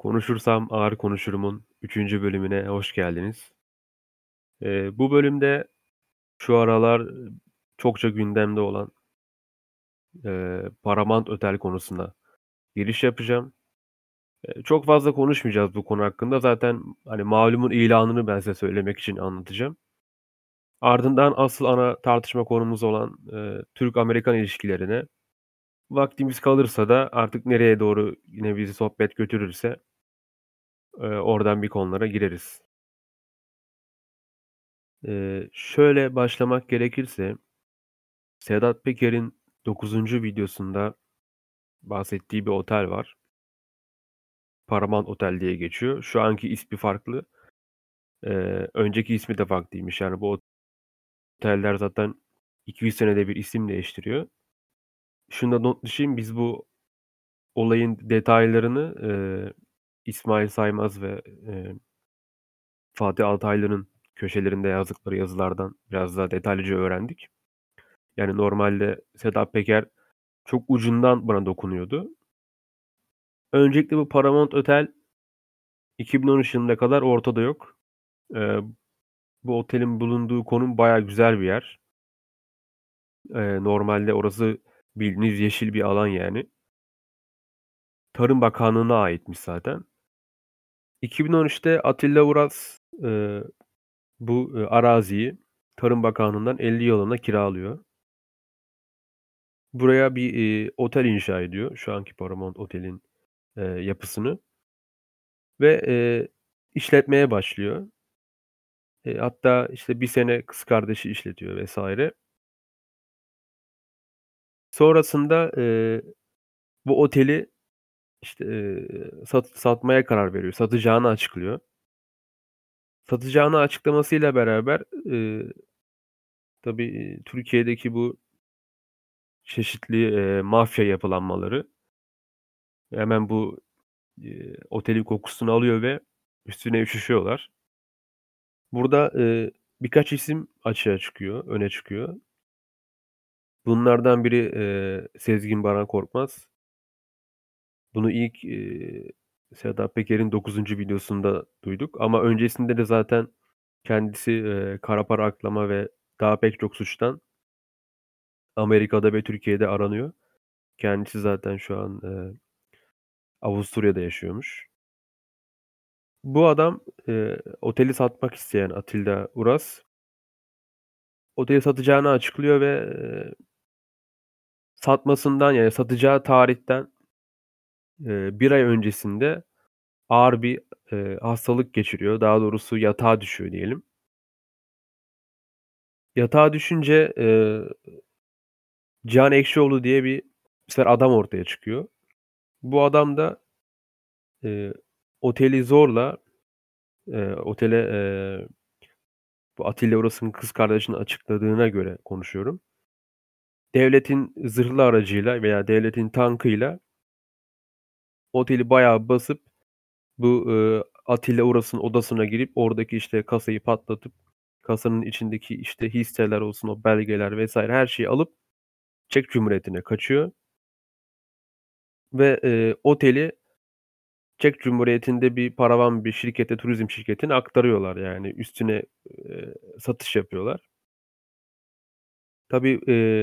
Konuşursam Ağır Konuşurum'un üçüncü bölümüne hoş geldiniz. Bu bölümde şu aralar, çokça gündemde olan, Paramount Otel konusuna giriş yapacağım. Çok fazla konuşmayacağız bu konu hakkında. Zaten, hani, malumun ilanını ben size söylemek için anlatacağım. Ardından asıl ana tartışma konumuz olan, Türk-Amerikan ilişkilerine, vaktimiz kalırsa da artık nereye doğru yine bizi sohbet götürürse, oradan bir konulara gireriz. Şöyle başlamak gerekirse Sedat Peker'in dokuzuncu videosunda bahsettiği bir otel var. Paramount Otel diye geçiyor. Şu anki ismi farklı. Önceki ismi de farklıymış. Yani bu oteller zaten 200 senede bir isim değiştiriyor. Şunu da not düşeyim, biz bu olayın detaylarını, İsmail Saymaz ve, Fatih Altaylı'nın köşelerinde yazdıkları yazılardan biraz daha detaylıca öğrendik. Yani normalde Sedat Peker çok ucundan buna dokunuyordu. Öncelikle bu Paramount Otel 2013 yılına kadar ortada yok. Eee, Bu otelin bulunduğu konum bayağı güzel bir yer. Normalde orası bildiğiniz yeşil bir alan yani. Tarım Bakanlığı'na aitmiş zaten. 2013'te Atilla Uras, bu, araziyi Tarım Bakanlığı'ndan 50 yıllığına kiralıyor. Buraya bir, otel inşa ediyor, şu anki Paramount Otel'in, yapısını ve, işletmeye başlıyor. Hatta, işte, bir sene kız kardeşi işletiyor vs. Sonrasında, bu oteli, işte, satmaya karar veriyor. Satacağını açıklıyor. Satacağını açıklamasıyla beraber, tabii, Türkiye'deki bu çeşitli, mafya yapılanmaları hemen bu, otelin kokusunu alıyor ve üstüne üşüşüyorlar. Burada, birkaç isim açığa çıkıyor, öne çıkıyor. Bunlardan biri, Sezgin Baran Korkmaz. Bunu ilk, Sedat Peker'in dokuzuncu videosunda duyduk ama öncesinde de zaten kendisi, kara para aklama ve daha pek çok suçtan Amerika'da ve Türkiye'de aranıyor. Kendisi zaten şu an, Avusturya'da yaşıyormuş. Bu adam, oteli satmak isteyen Atilla Uras, oteli satacağını açıklıyor ve, satmasından, yani satacağı tarihten, 1 ay öncesinde ağır bir, hastalık geçiriyor. Daha doğrusu yatağa düşüyor diyelim. Yatağa düşünce, Cihan Ekşioğlu diye bir bu sefer adam ortaya çıkıyor. Bu adam da, eee, oteli zorla, otele, bu Atilla Uras'ın kız kardeşinin açıkladığına göre konuşuyorum. Devletin zırhlı aracıyla veya devletin tankıyla oteli bayağı basıp bu, Atilla Uras'ın odasına girip oradaki, işte, kasayı patlatıp kasanın içindeki, işte, hisseler olsun, o belgeler vs. her şeyi alıp Çek Cumhuriyeti'ne kaçıyor ve, oteli Çek Cumhuriyeti'nde bir paravan bir şirkete, turizm şirketine aktarıyorlar. Yani üstüne, satış yapıyorlar. Tabii,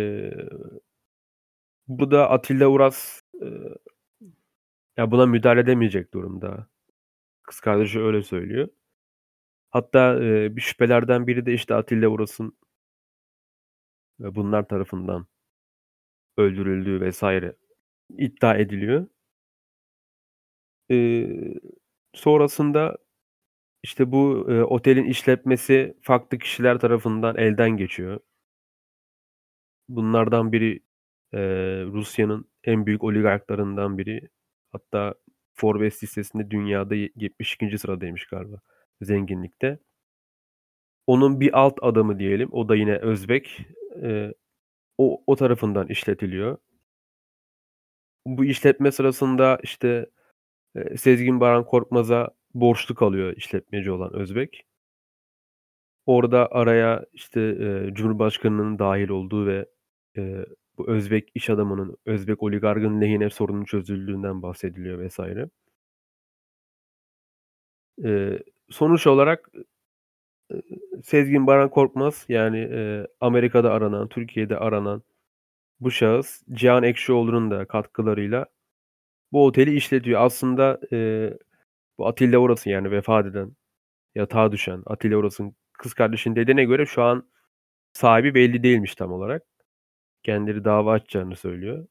burada Atilla Uras, ya, buna müdahale edemeyecek durumda. Kız kardeşi öyle söylüyor. Hatta, bir şüphelerden biri de, işte, Atilla Uras'ın, bunlar tarafından öldürüldüğü vs. iddia ediliyor. Eee, Sonrasında, işte, bu, otelin işletmesi farklı kişiler tarafından elden geçiyor. Bunlardan biri, Rusya'nın en büyük oligarklarından biri. Hatta Forbes listesinde dünyada 72'nci sıradaymış galiba zenginlikte. Onun bir alt adamı diyelim, o da yine Özbek. Eee, o tarafından işletiliyor. Bu işletme sırasında, işte, Sezgin Baran Korkmaz'a borçlu kalıyor işletmeci olan Özbek. Orada araya, işte, Cumhurbaşkanının dâhil olduğu ve, eee, bu Özbek iş adamının, Özbek oligarkın lehine sorunun çözüldüğünden bahsediliyor vs. Sonuç olarak, Sezgin Baran Korkmaz, yani, Amerika'da aranan, Türkiye'de aranan bu şahıs Cihan Ekşioğlu'nun da katkılarıyla bu oteli işletiyor. Aslında, bu Atilla Oras'ın, yani vefat eden, yatağa düşen Atilla Oras'ın kız kardeşinin dediğine göre şu an sahibi belli değilmiş tam olarak. Kendileri dava açacağını söylüyor.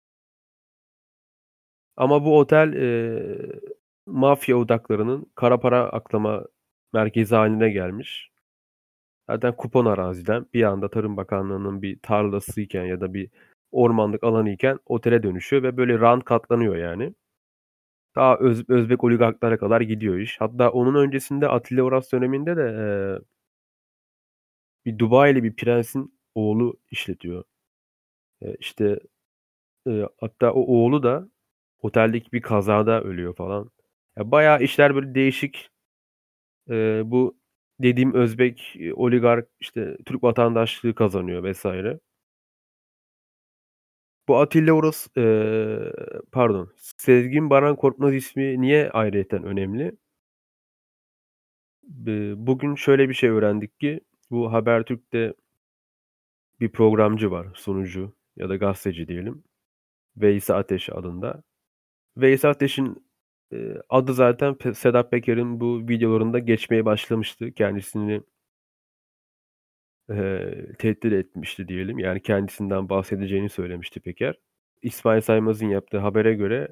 Ama bu otel, mafya odaklarının kara para aklama merkezi hâline gelmiş. Zaten kupon araziden bir anda Tarım Bakanlığı'nın bir tarlasıyken ya da bir ormanlık alanıyken otele dönüşüyor ve böyle rant katlanıyor yani. Ta Özbek oligarklara kadar gidiyor iş. Hatta onun öncesinde Atilla Uras döneminde de, bir Dubai'li bir prensin oğlu işletiyor. İşte, hatta o oğlu da oteldeki bir kazada ölüyor falan. Ya, bayağı işler böyle değişik. Bu dediğim Özbek, oligark, işte, Türk vatandaşlığı kazanıyor vs. Bu Atilla Uras, pardon, Sezgin Baran Korkmaz ismi niye ayrıyeten önemli? Bugün şöyle bir şey öğrendik ki bu Habertürk'te bir programcı var, sunucu ya da gazeteci diyelim. Veysi Ateş adında. Veysi Ateş'in, adı zaten Sedat Peker'in bu videolarında geçmeye başlamıştı. Kendisini, tehdit etmişti diyelim. Yani kendisinden bahsedeceğini söylemişti Peker. İsmail Saymaz'ın yaptığı habere göre,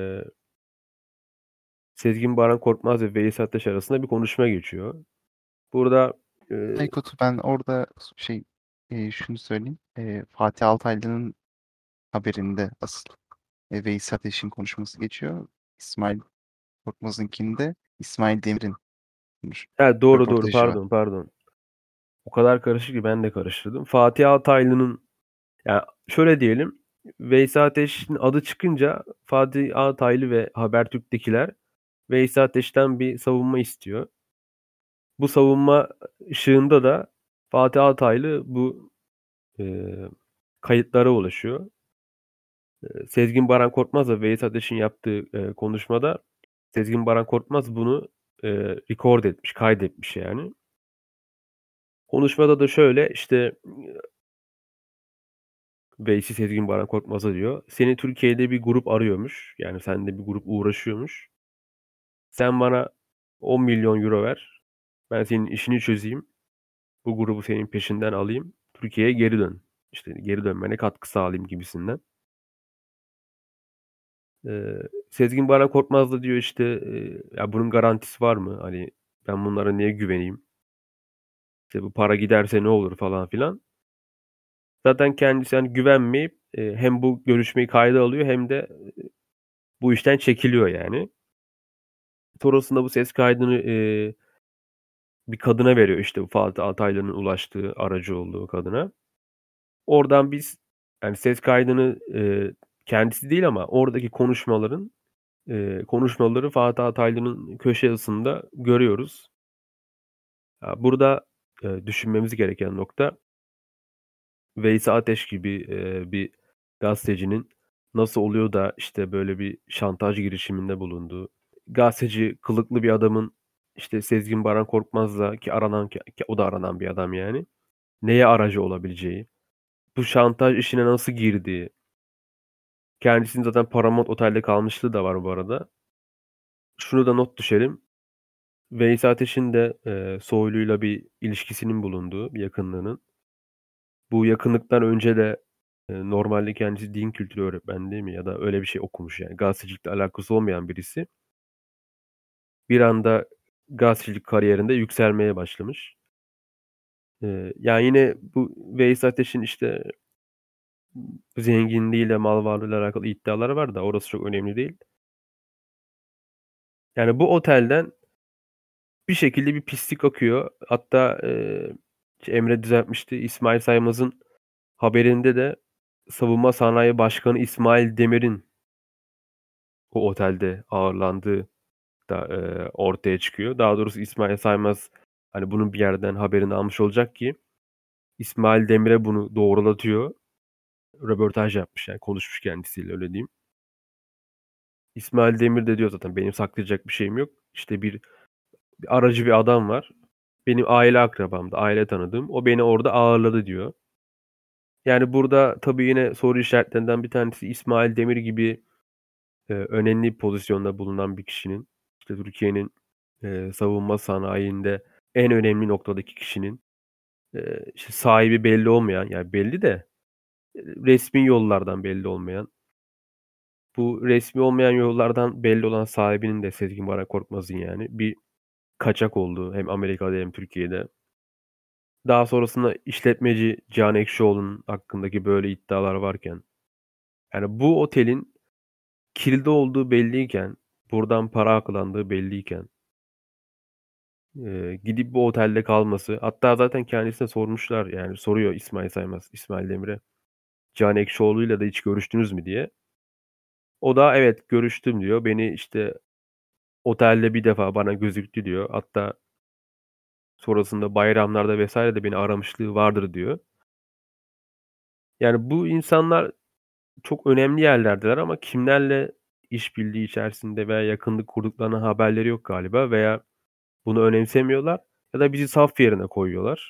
Sezgin Baran Korkmaz ve Veys Ateş arasında bir konuşma geçiyor. Burada, eee Aykut, ben orada şunu söyleyeyim. Fatih Altaylı'nın haberinde asıl Veys Ateş'in konuşması geçiyor. İsmail Korkmaz'ınkinde İsmail Demir'in doğru, doğru. röportajı var. Pardon, pardon. O kadar karışık ki ben de karıştırdım. Fatih Altaylı'nın, ya, şöyle diyelim, Veys Ateş'in adı çıkınca Fatih Altaylı ve Habertürk'tekiler Veys Ateş'ten bir savunma istiyor. Bu savunma ışığında da Fatih Altaylı bu, eee, kayıtlara ulaşıyor. Sezgin Baran Korkmaz'la Veys Ateş'in yaptığı, konuşmada Sezgin Baran Korkmaz bunu, record etmiş, kaydetmiş yani. Konuşmada da şöyle, işte, Veysi Sezgin Baran Korkmaz'a diyor, "Seni Türkiye'de bir grup arıyormuş, yani seninle bir grup uğraşıyormuş. Sen bana 10.000.000 euro ver, ben senin işini çözeyim, bu grubu senin peşinden alayım, Türkiye'ye geri dön. İşte, geri dönmene katkı sağlayayım." gibisinden. Sezgin Baran Korkmaz da diyor, işte, "Ya, bunun garantisi var mı? Hani, ben bunlara niye güveneyim? İşte, bu para giderse ne olur?" falan filan. Zaten kendisi, hani, güvenmeyip, hem bu görüşmeyi kayda alıyor hem de bu işten çekiliyor yani. Sonrasında bu ses kaydını, bir kadına veriyor, işte, bu Fatih Altaylı'nın ulaştığı, aracı olduğu kadına. Oradan biz, yani, ses kaydını, kendisi değil ama oradaki konuşmaları Fatih Altaylı'nın köşe yazısında görüyoruz. Ya, burada, düşünmemiz gereken nokta Veysi Ateş gibi, bir gazetecinin nasıl oluyor da, işte, böyle bir şantaj girişiminde bulunduğu, gazeteci kılıklı bir adamın, işte, Sezgin Baran Korkmaz'la ki aranan ki o da aranan bir adam yani, neye aracı olabileceği, bu şantaj işine nasıl girdiği, kendisinin zaten Paramount Otel'de kalmışlığı da var bu arada. Şunu da not düşelim, Veysi Ateş'in de, Soylu'yla bir ilişkisinin bulunduğu, bir yakınlığının. Bu yakınlıktan önce de, normalde kendisi din kültürü öğretmenliği mi ya da öyle bir şey okumuş yani gazetecilikle alakası olmayan birisi. Bir anda gazetecilik kariyerinde yükselmeye başlamış. Yani yine bu Veys Ateş'in, işte, zenginliğiyle, mal varlığıyla alakalı iddiaları var da orası çok önemli değil. Yani bu otelden bir şekilde bir pislik akıyor. Hatta, Emre düzeltmişti. İsmail Saymaz'ın haberinde de Savunma Sanayi Başkanı İsmail Demir'in o otelde ağırlandığı da, ortaya çıkıyor. Daha doğrusu İsmail Saymaz, hani, bunun bir yerden haberini almış olacak ki İsmail Demir'e bunu doğrulatıyor. Röportaj yapmış, yani, konuşmuş kendisiyle, öyle diyeyim. İsmail Demir de diyor zaten, "Benim saklayacak bir şeyim yok." İşte, bir aracı bir adam var. Benim aile akrabamdı, aile tanıdığım. O beni orada ağırladı diyor. Yani, burada tabii yine soru işaretlerinden bir tanesi İsmail Demir gibi, önemli bir pozisyonda bulunan bir kişinin, işte, Türkiye'nin, savunma sanayinde en önemli noktadaki kişinin, işte, sahibi belli olmayan, yani, belli de, resmî yollardan belli olmayan, bu resmî olmayan yollardan belli olan sahibinin de Sezgin Baran Korkmaz'ın, yani, bir kaçak olduğu hem Amerika'da hem Türkiye'de. Daha sonrasında işletmeci Cihan Ekşioğlu'nun hakkındaki böyle iddialar varken, yani, bu otelin kilde olduğu belliyken, buradan para aklandığı belliyken, gidip bu otelde kalması, hatta zaten kendisine sormuşlar, yani, soruyor İsmail Saymaz, İsmail Demir'e, "Cihan Ekşioğlu'yla da hiç görüştünüz mü?" diye. O da, "Evet, görüştüm." diyor. "Beni, işte, otelde bir defa bana gözüktü." diyor. Hatta sonrasında bayramlarda vs. de beni aramışlığı vardır diyor. Yani, bu insanlar çok önemli yerlerdeler ama kimlerle işbirliği içerisinde veya yakınlık kurduklarının haberleri yok galiba veya bunu önemsemiyorlar ya da bizi saf yerine koyuyorlar.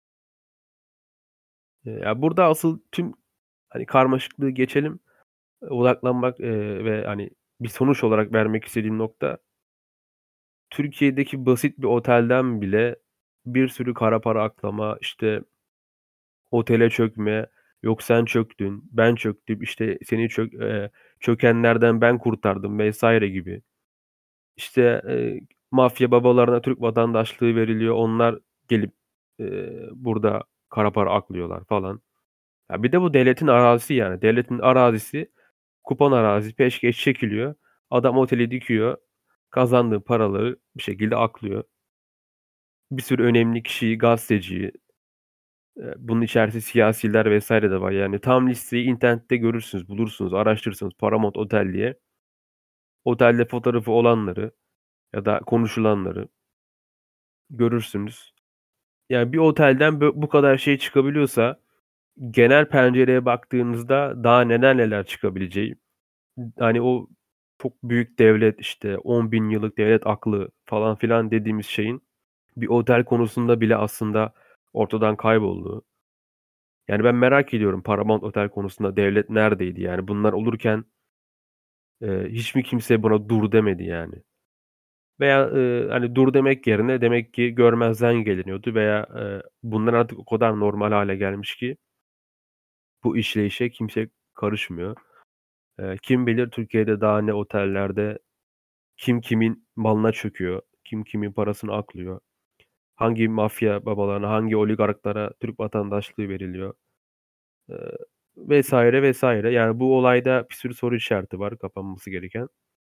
Ya, burada asıl tüm, hani, karmaşıklığı geçelim, odaklanmak, ve, hani, bir sonuç olarak vermek istediğim nokta, Türkiye'deki basit bir otelden bile bir sürü kara para aklama, işte, otele çökme, yok sen çöktün, ben çöktüm, işte, seni çökenlerden ben kurtardım vs. gibi. İşte, mafya babalarına Türk vatandaşlığı veriliyor. Onlar gelip, burada kara para aklıyorlar falan. Ya, bir de bu devletin arazisi yani. Devletin arazisi, kupon arazi, peşkeş çekiliyor. Adam oteli dikiyor. Kazandığı paraları bir şekilde aklıyor. Bir sürü önemli kişiyi, gazeteciyi, bunun içerisinde siyasiler vs. de var. Yani tam listeyi internette görürsünüz, bulursunuz, araştırırsanız Paramount Otel diye. Otelde fotoğrafı olanları ya da konuşulanları görürsünüz. Yani bir otelden bu kadar şey çıkabiliyorsa genel pencereye baktığınızda daha neler neler çıkabileceği, hani, o çok büyük devlet, işte, 10.000 yıllık devlet aklı falan filan dediğimiz şeyin bir otel konusunda bile aslında ortadan kaybolduğu. Yani, ben merak ediyorum Paramount Otel konusunda devlet neredeydi? Yani, bunlar olurken, hiç mi kimse buna dur demedi yani? Veya, hani, dur demek yerine demek ki görmezden geliniyordu veya, bunlar artık o kadar normal hâle gelmiş ki bu işleyişe kimse karışmıyor. Kim bilir Türkiye'de daha ne otellerde kim kimin malına çöküyor, kim kimin parasını aklıyor, hangi mafya babalarına, hangi oligarklara Türk vatandaşlığı veriliyor, eee, vs. vs. Yani bu olayda bir sürü soru işareti var kapanması gereken.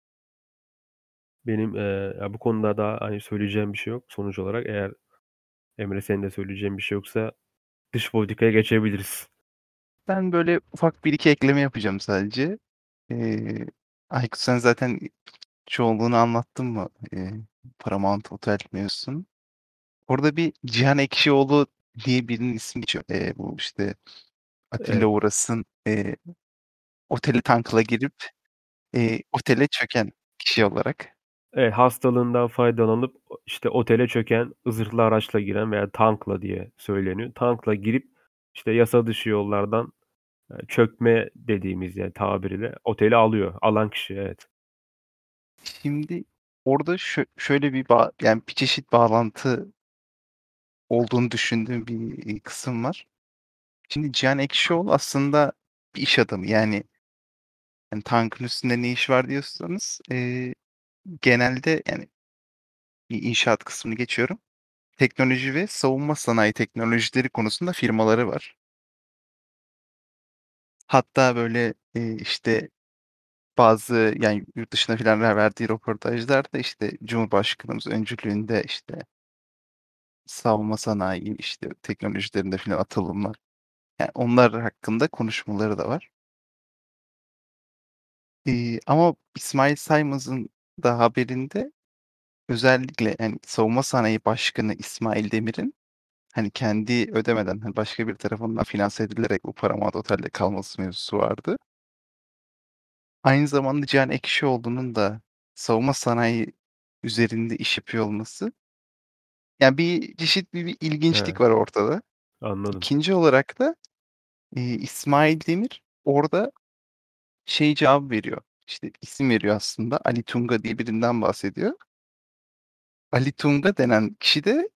Benim, ya, bu konuda daha, hani, söyleyeceğim bir şey yok sonuç olarak. Eğer Emre senin de söyleyeceğin bir şey yoksa dış politikaya geçebiliriz. Ben böyle ufak bir iki ekleme yapacağım sadece. Eee, Aykut sen zaten çoğunluğunu anlattın mı, Paramount Otel mevzusunun? Orada bir Cihan Ekşioğlu diye birinin ismi geçiyor. Bu, işte, Atilla Evet, Uğras'ın, oteli tankla girip, otele çöken kişi olarak. evet, hastalığından faydalanıp işte, otele çöken, zırhlı araçla giren veya tankla diye söyleniyor. Tankla girip, işte, yasa dışı yollardan, çökme dediğimiz, yani, tabiriyle oteli alıyor. Alan kişi, evet. Şimdi orada şöyle bir yani bir çeşit bağlantı olduğunu düşündüğüm bir, kısım var. Şimdi Cihan Ekşioğlu aslında bir iş adamı. Yani, tankın üstünde ne iş var diyorsanız, genelde, yani, bir inşaat kısmını geçiyorum. Teknoloji ve savunma sanayi teknolojileri konusunda firmaları var. Hatta, böyle, işte, bazı, yani, yurt dışına filan verdiği röportajlarda, işte, Cumhurbaşkanımız öncülüğünde, işte, savunma sanayi, işte, teknolojilerinde filan atılımlar, yani, onlar hakkında konuşmaları da var. Ama İsmail Saymaz'ın da haberinde özellikle, hani, Savunma Sanayi Başkanı İsmail Demir'in, hani, kendi ödemeden, hani, başka bir tarafından finanse edilerek bu Paramount Otel'de kalması mevzusu vardı. Aynı zamanda Cihan Ekşioğlu'nun da savunma sanayi üzerinde iş yapıyor olması. Yani bir çeşit bir He, ilginçlik var ortada. anladım. 2'nci olarak da, İsmail Demir orada şey cevabı veriyor, işte isim veriyor aslında. Ali Tunga diye birinden bahsediyor. Ali Tunga denen kişi de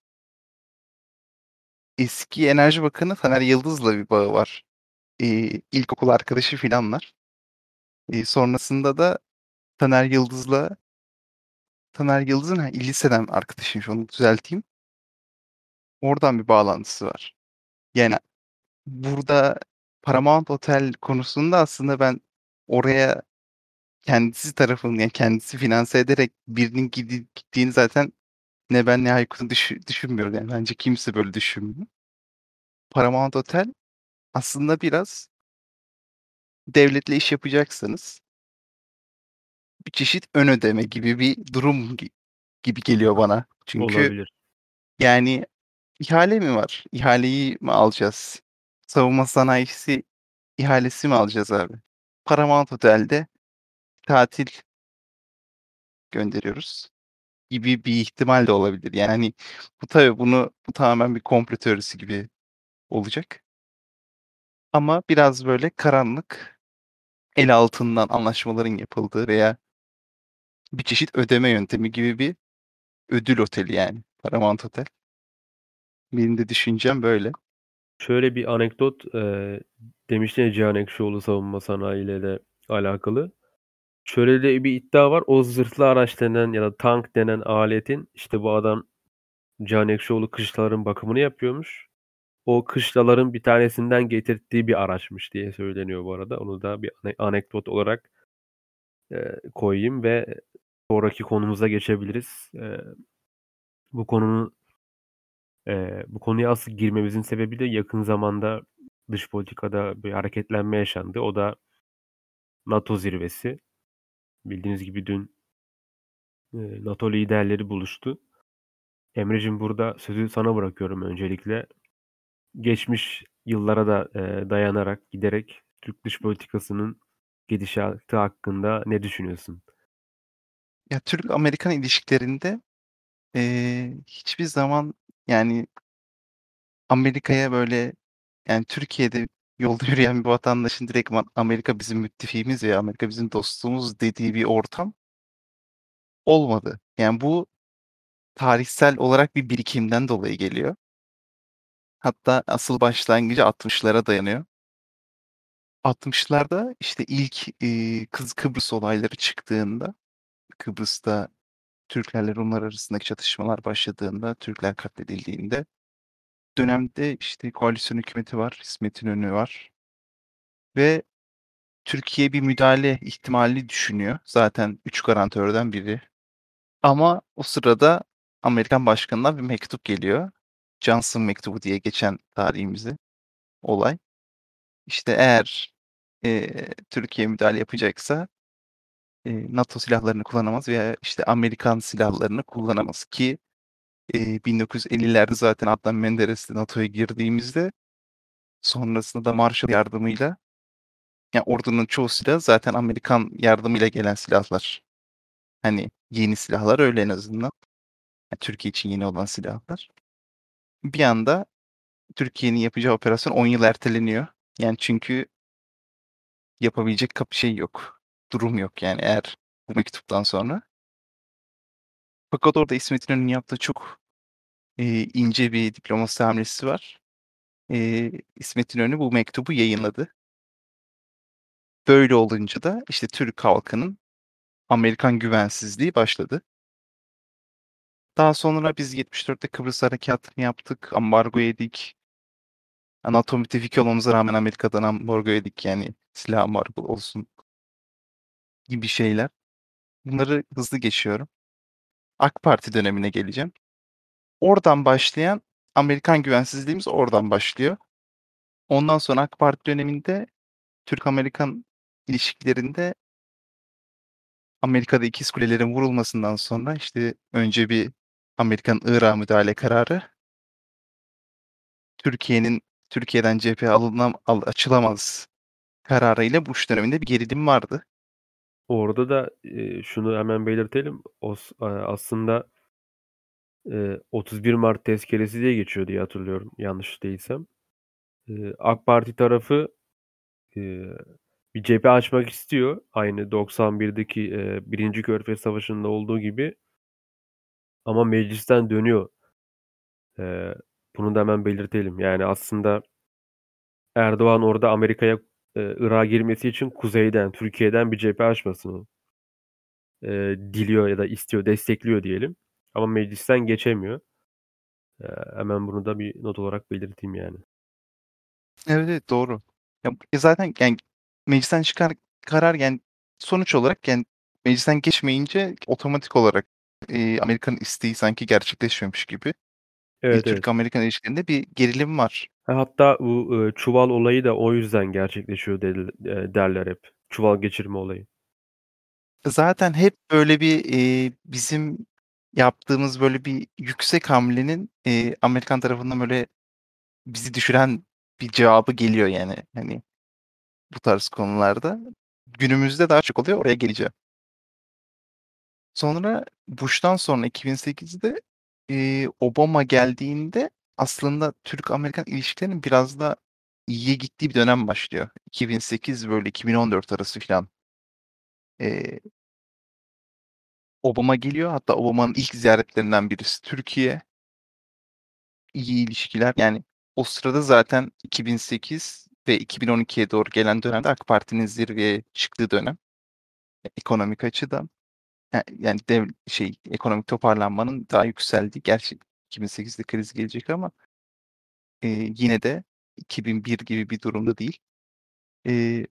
eski Enerji Bakanı Taner Yıldız'la bir bağı var. İlkokul arkadaşı filanlar. Sonrasında da Taner Yıldız'la Taner Yıldız'ın liseden arkadaşıymış, onu düzelteyim. Oradan bir bağlantısı var. Yani burada Paramount Otel konusunda aslında ben oraya kendisi tarafından, yani kendisi finanse ederek birinin gittiğini zaten ne ben ne Aykut'un düşünmüyorum. Yani bence kimse böyle düşünmüyor. Paramount Otel aslında biraz devletle iş yapacaksanız bir çeşit ön ödeme gibi bir durum gibi geliyor bana. Çünkü Olabilir. yani ihale mi var? İhaleyi mi alacağız? Savunma sanayisi ihalesi mi alacağız abi? Paramount Otel'de tatil gönderiyoruz gibi bir ihtimal de olabilir. Yani hani bu tabii bu tamamen bir komplo teorisi gibi olacak. Ama biraz böyle karanlık, el altından anlaşmaların yapıldığı veya bir çeşit ödeme yöntemi gibi bir ödül oteli yani Paramount Otel. Benim de düşüncem böyle. Şöyle bir anekdot, demiştin ya Cihan Ekşioğlu savunma sanayiyle de alakalı. Şöyle de bir iddia var. O zırhlı araç denen ya da tank denen aletin, işte, bu adam Cihan Ekşioğlu kışlaların bakımını yapıyormuş. O kışlaların bir tanesinden getirttiği bir araçmış diye söyleniyor bu arada. Onu da bir anekdot olarak, koyayım ve sonraki konumuza geçebiliriz. Bu konunun, bu konuya asıl girmemizin sebebi de yakın zamanda dış politikada bir hareketlenme yaşandı. O da NATO zirvesi. Bildiğiniz gibi dün, NATO liderleri buluştu. Emreciğim, burada sözü sana bırakıyorum öncelikle. Geçmiş yıllara da, dayanarak, giderek Türk dış politikasının gidişatı hakkında ne düşünüyorsun? Ya Türk-Amerikan ilişkilerinde hiçbir zaman yani Amerika'ya böyle yani Türkiye'de yolda yürüyen bir vatandaşın direktman Amerika bizim müttefiğimiz veya Amerika bizim dostluğumuz dediği bir ortam olmadı. Yani bu tarihsel olarak bir birikimden dolayı geliyor. Hatta asıl başlangıcı 60'lara dayanıyor. 60'larda işte ilk Kıbrıs olayları çıktığında, Kıbrıs'ta Türklerle Rumlar arasındaki çatışmalar başladığında, Türkler katledildiğinde dönemde işte koalisyon hükümeti var, İsmet İnönü var ve Türkiye bir müdahale ihtimalini düşünüyor. Zaten 3 garantörden biri. Ama o sırada Amerikan başkanından bir mektup geliyor. Johnson mektubu diye geçen tarihimizde olay. İşte eğer Türkiye müdahale yapacaksa NATO silahlarını kullanamaz veya işte Amerikan silahlarını kullanamaz ki 1950'lerde zaten Adnan Menderes'le NATO'ya girdiğimizde sonrasında da Marshall yardımıyla yani ordunun çoğu silah zaten Amerikan yardımıyla gelen silahlar. Hani yeni silahlar öyle en azından. Yani Türkiye için yeni olan silahlar. Bir anda Türkiye'nin yapacağı operasyon 10 yıl erteleniyor. Yani çünkü yapabilecek şey yok. Durum yok yani eğer bu mektuptan sonra. Fakat orada İsmet İnönü'nün yaptığı çok ince bir diplomasi hamlesi var. İsmet İnönü bu mektubu yayınladı. Böyle olunca da işte Türk halkının Amerikan güvensizliği başladı. Daha sonra biz 74'te Kıbrıs Harekatı'nı yaptık, ambargo yedik. NATO müttefiki olmamıza rağmen Amerika'dan ambargo yedik yani silah ambargo olsun gibi şeyler. Bunları hızlı geçiyorum. AK Parti dönemine geleceğim. Oradan başlayan Amerikan güvensizliğimiz oradan başlıyor. Ondan sonra AK Parti döneminde Türk-Amerikan ilişkilerinde Amerika'da ikiz kulelerin vurulmasından sonra işte önce bir Amerikan Irak'a müdahale kararı, Türkiye'nin Türkiye'den cephe açılamaz kararıyla Bush döneminde bir gerilim vardı. Orada da, şunu hemen belirtelim. Aslında, 31 Mart tezkeresi diye geçiyor diye hatırlıyorum yanlış değilsem. AK Parti tarafı, eee, bir cephe açmak istiyor. Aynı 91'deki, 1. Körfez Savaşı'nda olduğu gibi ama meclisten dönüyor. Eee, Bunu da hemen belirtelim. Yani aslında Erdoğan orada Amerika'ya, Irak'a girmesi için kuzeyden, Türkiye'den bir cephe açmasını, diliyor ya da istiyor, destekliyor diyelim ama meclisten geçemiyor. Hemen bunu da bir not olarak belirteyim yani. Evet, evet, doğru. Ya, zaten, yani, meclisten çıkan karar, yani, sonuç olarak, yani, meclisten geçmeyince otomatik olarak, Amerika'nın isteği sanki gerçekleşmemiş gibi, Evet, evet. Türk-Amerikan ilişkilerinde bir gerilim var. Hatta bu, çuval olayı da o yüzden gerçekleşiyor derler hep. Çuval geçirme olayı. Zaten hep böyle bir, bizim yaptığımız böyle bir yüksek hamlenin, Amerikan tarafından böyle bizi düşüren bir cevabı geliyor yani, hani, bu tarz konularda. Günümüzde daha çok oluyor, oraya geleceğim. Sonra Bush'tan sonra 2008'de, Obama geldiğinde aslında Türk-Amerikan ilişkilerinin biraz da iyiye gittiği bir dönem başlıyor. 2008 böyle 2014 arası filan. Eee, Obama geliyor. Hatta Obama'nın ilk ziyaretlerinden birisi Türkiye. İyi ilişkiler. Yani o sırada zaten 2008 ve 2012'ye doğru gelen dönemde AK Parti'nin zirveye çıktığı dönem ekonomik açıdan. Yani ekonomik toparlanmanın daha yükseldiği. Gerçi 2008'de kriz gelecek ama, yine de 2001 gibi bir durumda değil. Eee,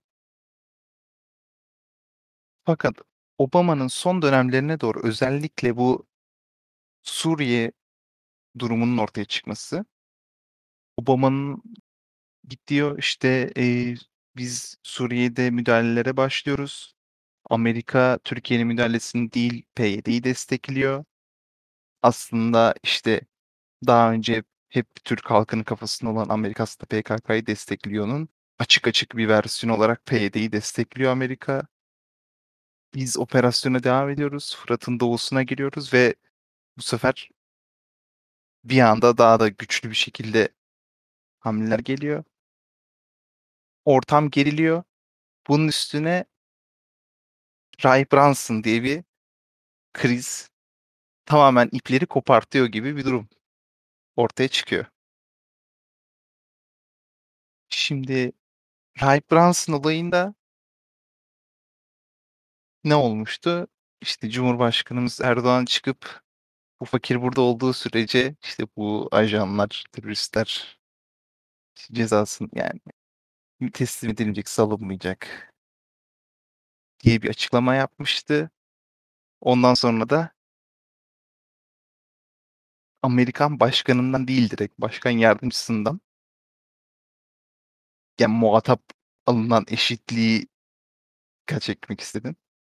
Fakat Obama'nın son dönemlerine doğru özellikle bu Suriye durumunun ortaya çıkması, Obama'nın "Git." diyor, işte, "Biz Suriye'de müdahalelere başlıyoruz. Amerika Türkiye'nin müdahalesini değil, PYD'yi destekliyor." Aslında, işte, daha önce hep Türk halkının kafasında olan Amerika aslında PKK'yı destekliyor'nun açık açık bir versiyonu olarak PYD'yi destekliyor Amerika. Biz operasyona devam ediyoruz. Fırat'ın doğusuna giriyoruz ve bu sefer bir anda daha da güçlü bir şekilde hamleler geliyor. Ortam geriliyor. Bunun üstüne Ray Brunson diye bir kriz tamamen ipleri kopartıyor gibi bir durum ortaya çıkıyor. Şimdi Ray Brunson olayında ne olmuştu? İşte Cumhurbaşkanımız Erdoğan çıkıp bu fakir burada olduğu sürece işte bu ajanlar, teröristler cezasını yani teslim edilecek, salınmayacak diye bir açıklama yapmıştı. Ondan sonra da Amerikan başkanından değil direkt başkan yardımcısından yani muhatap alınan eşitliği dikkat çekmek istedim.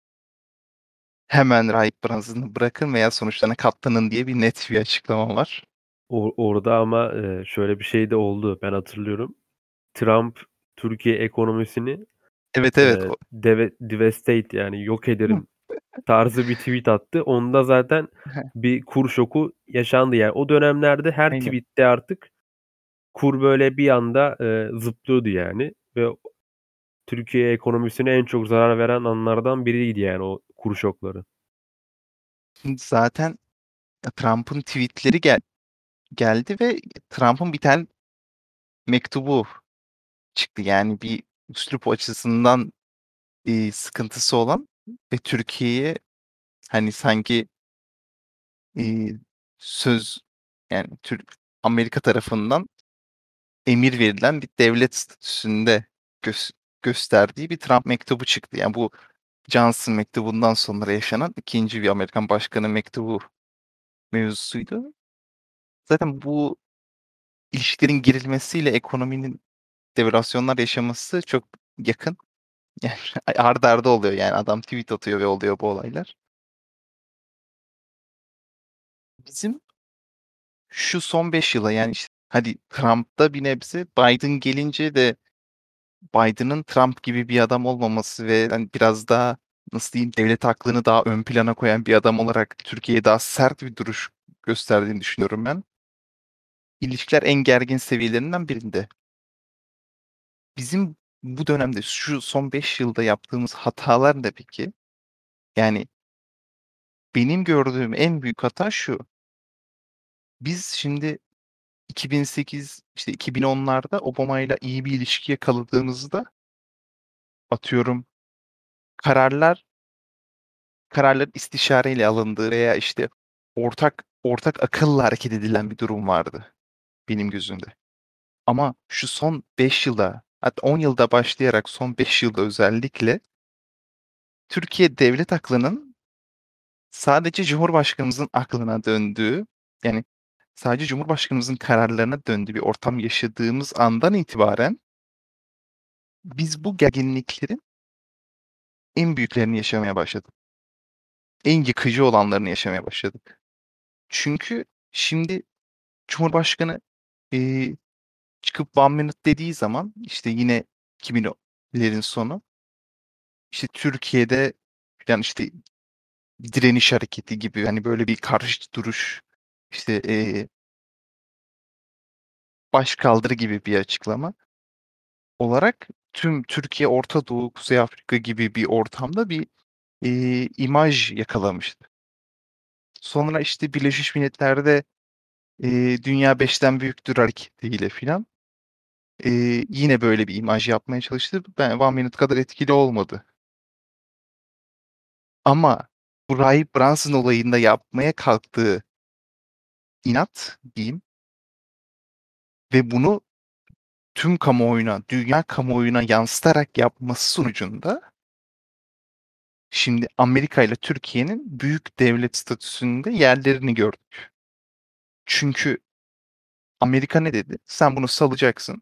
Hemen Rahip Brunson'ı bırakın veya sonuçlarına katlanın diye bir net bir açıklama var. Orada ama, şöyle bir şey de oldu, ben hatırlıyorum. Trump Türkiye ekonomisini, Evet, evet. devastate yani yok ederim tarzı bir tweet attı. Onda zaten bir kur şoku yaşandı. Yani o dönemlerde her Aynen. tweet'te artık kur böyle bir anda, zıplıyordu yani ve Türkiye ekonomisine en çok zarar veren anlardan biriydi yani o kur şokları. Şimdi zaten Trump'ın tweet'leri geldi ve Trump'ın bir tane mektubu çıktı. Yani bir üslup açısından, sıkıntısı olan ve Türkiye'ye, hani, sanki, eee, söz yani Amerika tarafından emir verilen bir devlet statüsünde gös gösterdiği bir Trump mektubu çıktı. Yani bu Johnson mektubundan sonra yaşanan ikinci bir Amerikan başkanı mektubu mevzusuydu. Zaten bu ilişkilerin gerilmesiyle ekonominin devalüasyonlar yaşaması çok yakın. Yani art arda oluyor yani adam tweet atıyor ve oluyor bu olaylar. Bizim şu son 5 yıla yani işte hadi Trump'ta bir nebze Biden gelince de Biden'ın Trump gibi bir adam olmaması ve hani biraz daha nasıl diyeyim, devlet aklını daha ön plana koyan bir adam olarak Türkiye'ye daha sert bir duruş gösterdiğini düşünüyorum ben. İlişkiler en gergin seviyelerinden birinde. Bizim bu dönemde şu son 5 yılda yaptığımız hatalar ne peki? Yani benim gördüğüm en büyük hata şu. Biz şimdi 2008 işte 2010'larda Obama'yla iyi bir ilişki yakaladığımızda atıyorum kararlar kararların istişareyle alındığı veya işte ortak akılla hareket edilen bir durum vardı benim gözümde. Ama şu son 5 yılda hatta 10 yılda başlayarak son 5 yılda özellikle Türkiye devlet aklının sadece Cumhurbaşkanımızın aklına döndüğü, yani sadece Cumhurbaşkanımızın kararlarına döndüğü bir ortam yaşadığımız andan itibaren biz bu gerginliklerin en büyüklerini yaşamaya başladık. En yıkıcı olanlarını yaşamaya başladık. Çünkü şimdi Cumhurbaşkanı eee, çıkıp one minute dediği zaman işte yine 2000'lerin sonu işte Türkiye'de yani işte bir direniş hareketi gibi hani böyle bir karşı duruş işte başkaldırı gibi bir açıklama olarak tüm Türkiye, Orta Doğu, Kuzey Afrika gibi bir ortamda bir imaj yakalamıştı. Sonra işte Birleşmiş Milletler'de Dünya Beşten Büyüktür hareketiyle filan yine böyle bir imaj yapmaya çalıştı. Ben One Minute kadar etkili olmadı. Ama bu Rahip Brunson olayında yapmaya kalktığı inat diyeyim ve bunu tüm kamuoyuna, dünya kamuoyuna yansıtarak yapması sonucunda şimdi Amerika ile Türkiye'nin büyük devlet statüsünde yerlerini gördük. Çünkü Amerika ne dedi? Sen bunu salacaksın.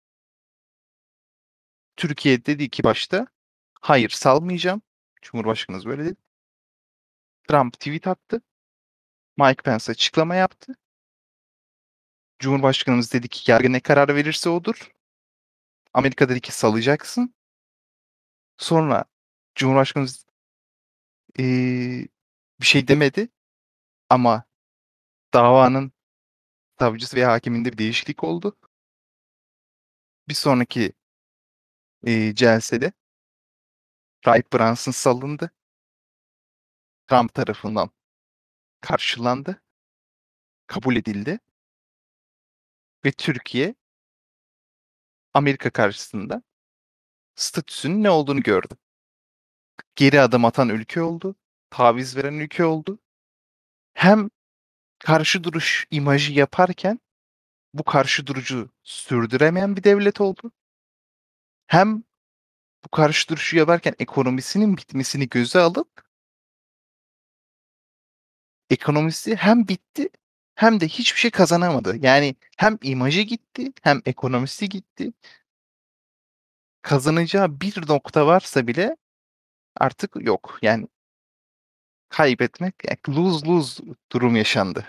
Türkiye dedi ki başta hayır salmayacağım. Cumhurbaşkanımız böyle dedi. Trump tweet attı. Mike Pence açıklama yaptı. Cumhurbaşkanımız dedi ki yargı ne karar verirse odur. Amerika dedi ki salacaksın. Sonra Cumhurbaşkanımız eee, bir şey demedi ama davanın savcısı ve hakiminde bir değişiklik oldu. Bir sonraki celsede Rahip Brunson salındı. Trump tarafından karşılandı, kabul edildi ve Türkiye Amerika karşısında statüsünün ne olduğunu gördü. Geri adım atan ülke oldu, taviz veren ülke oldu. Hem karşı duruş imajı yaparken bu karşı durucu sürdüremeyen bir devlet oldu. Hem bu karşı duruşu yaparken ekonomisinin bitmesini göze alıp ekonomisi hem bitti hem de hiçbir şey kazanamadı. Yani hem imajı gitti hem ekonomisi gitti. Kazanacağı bir nokta varsa bile artık yok. Yani kaybetmek, yani lose lose durum yaşandı.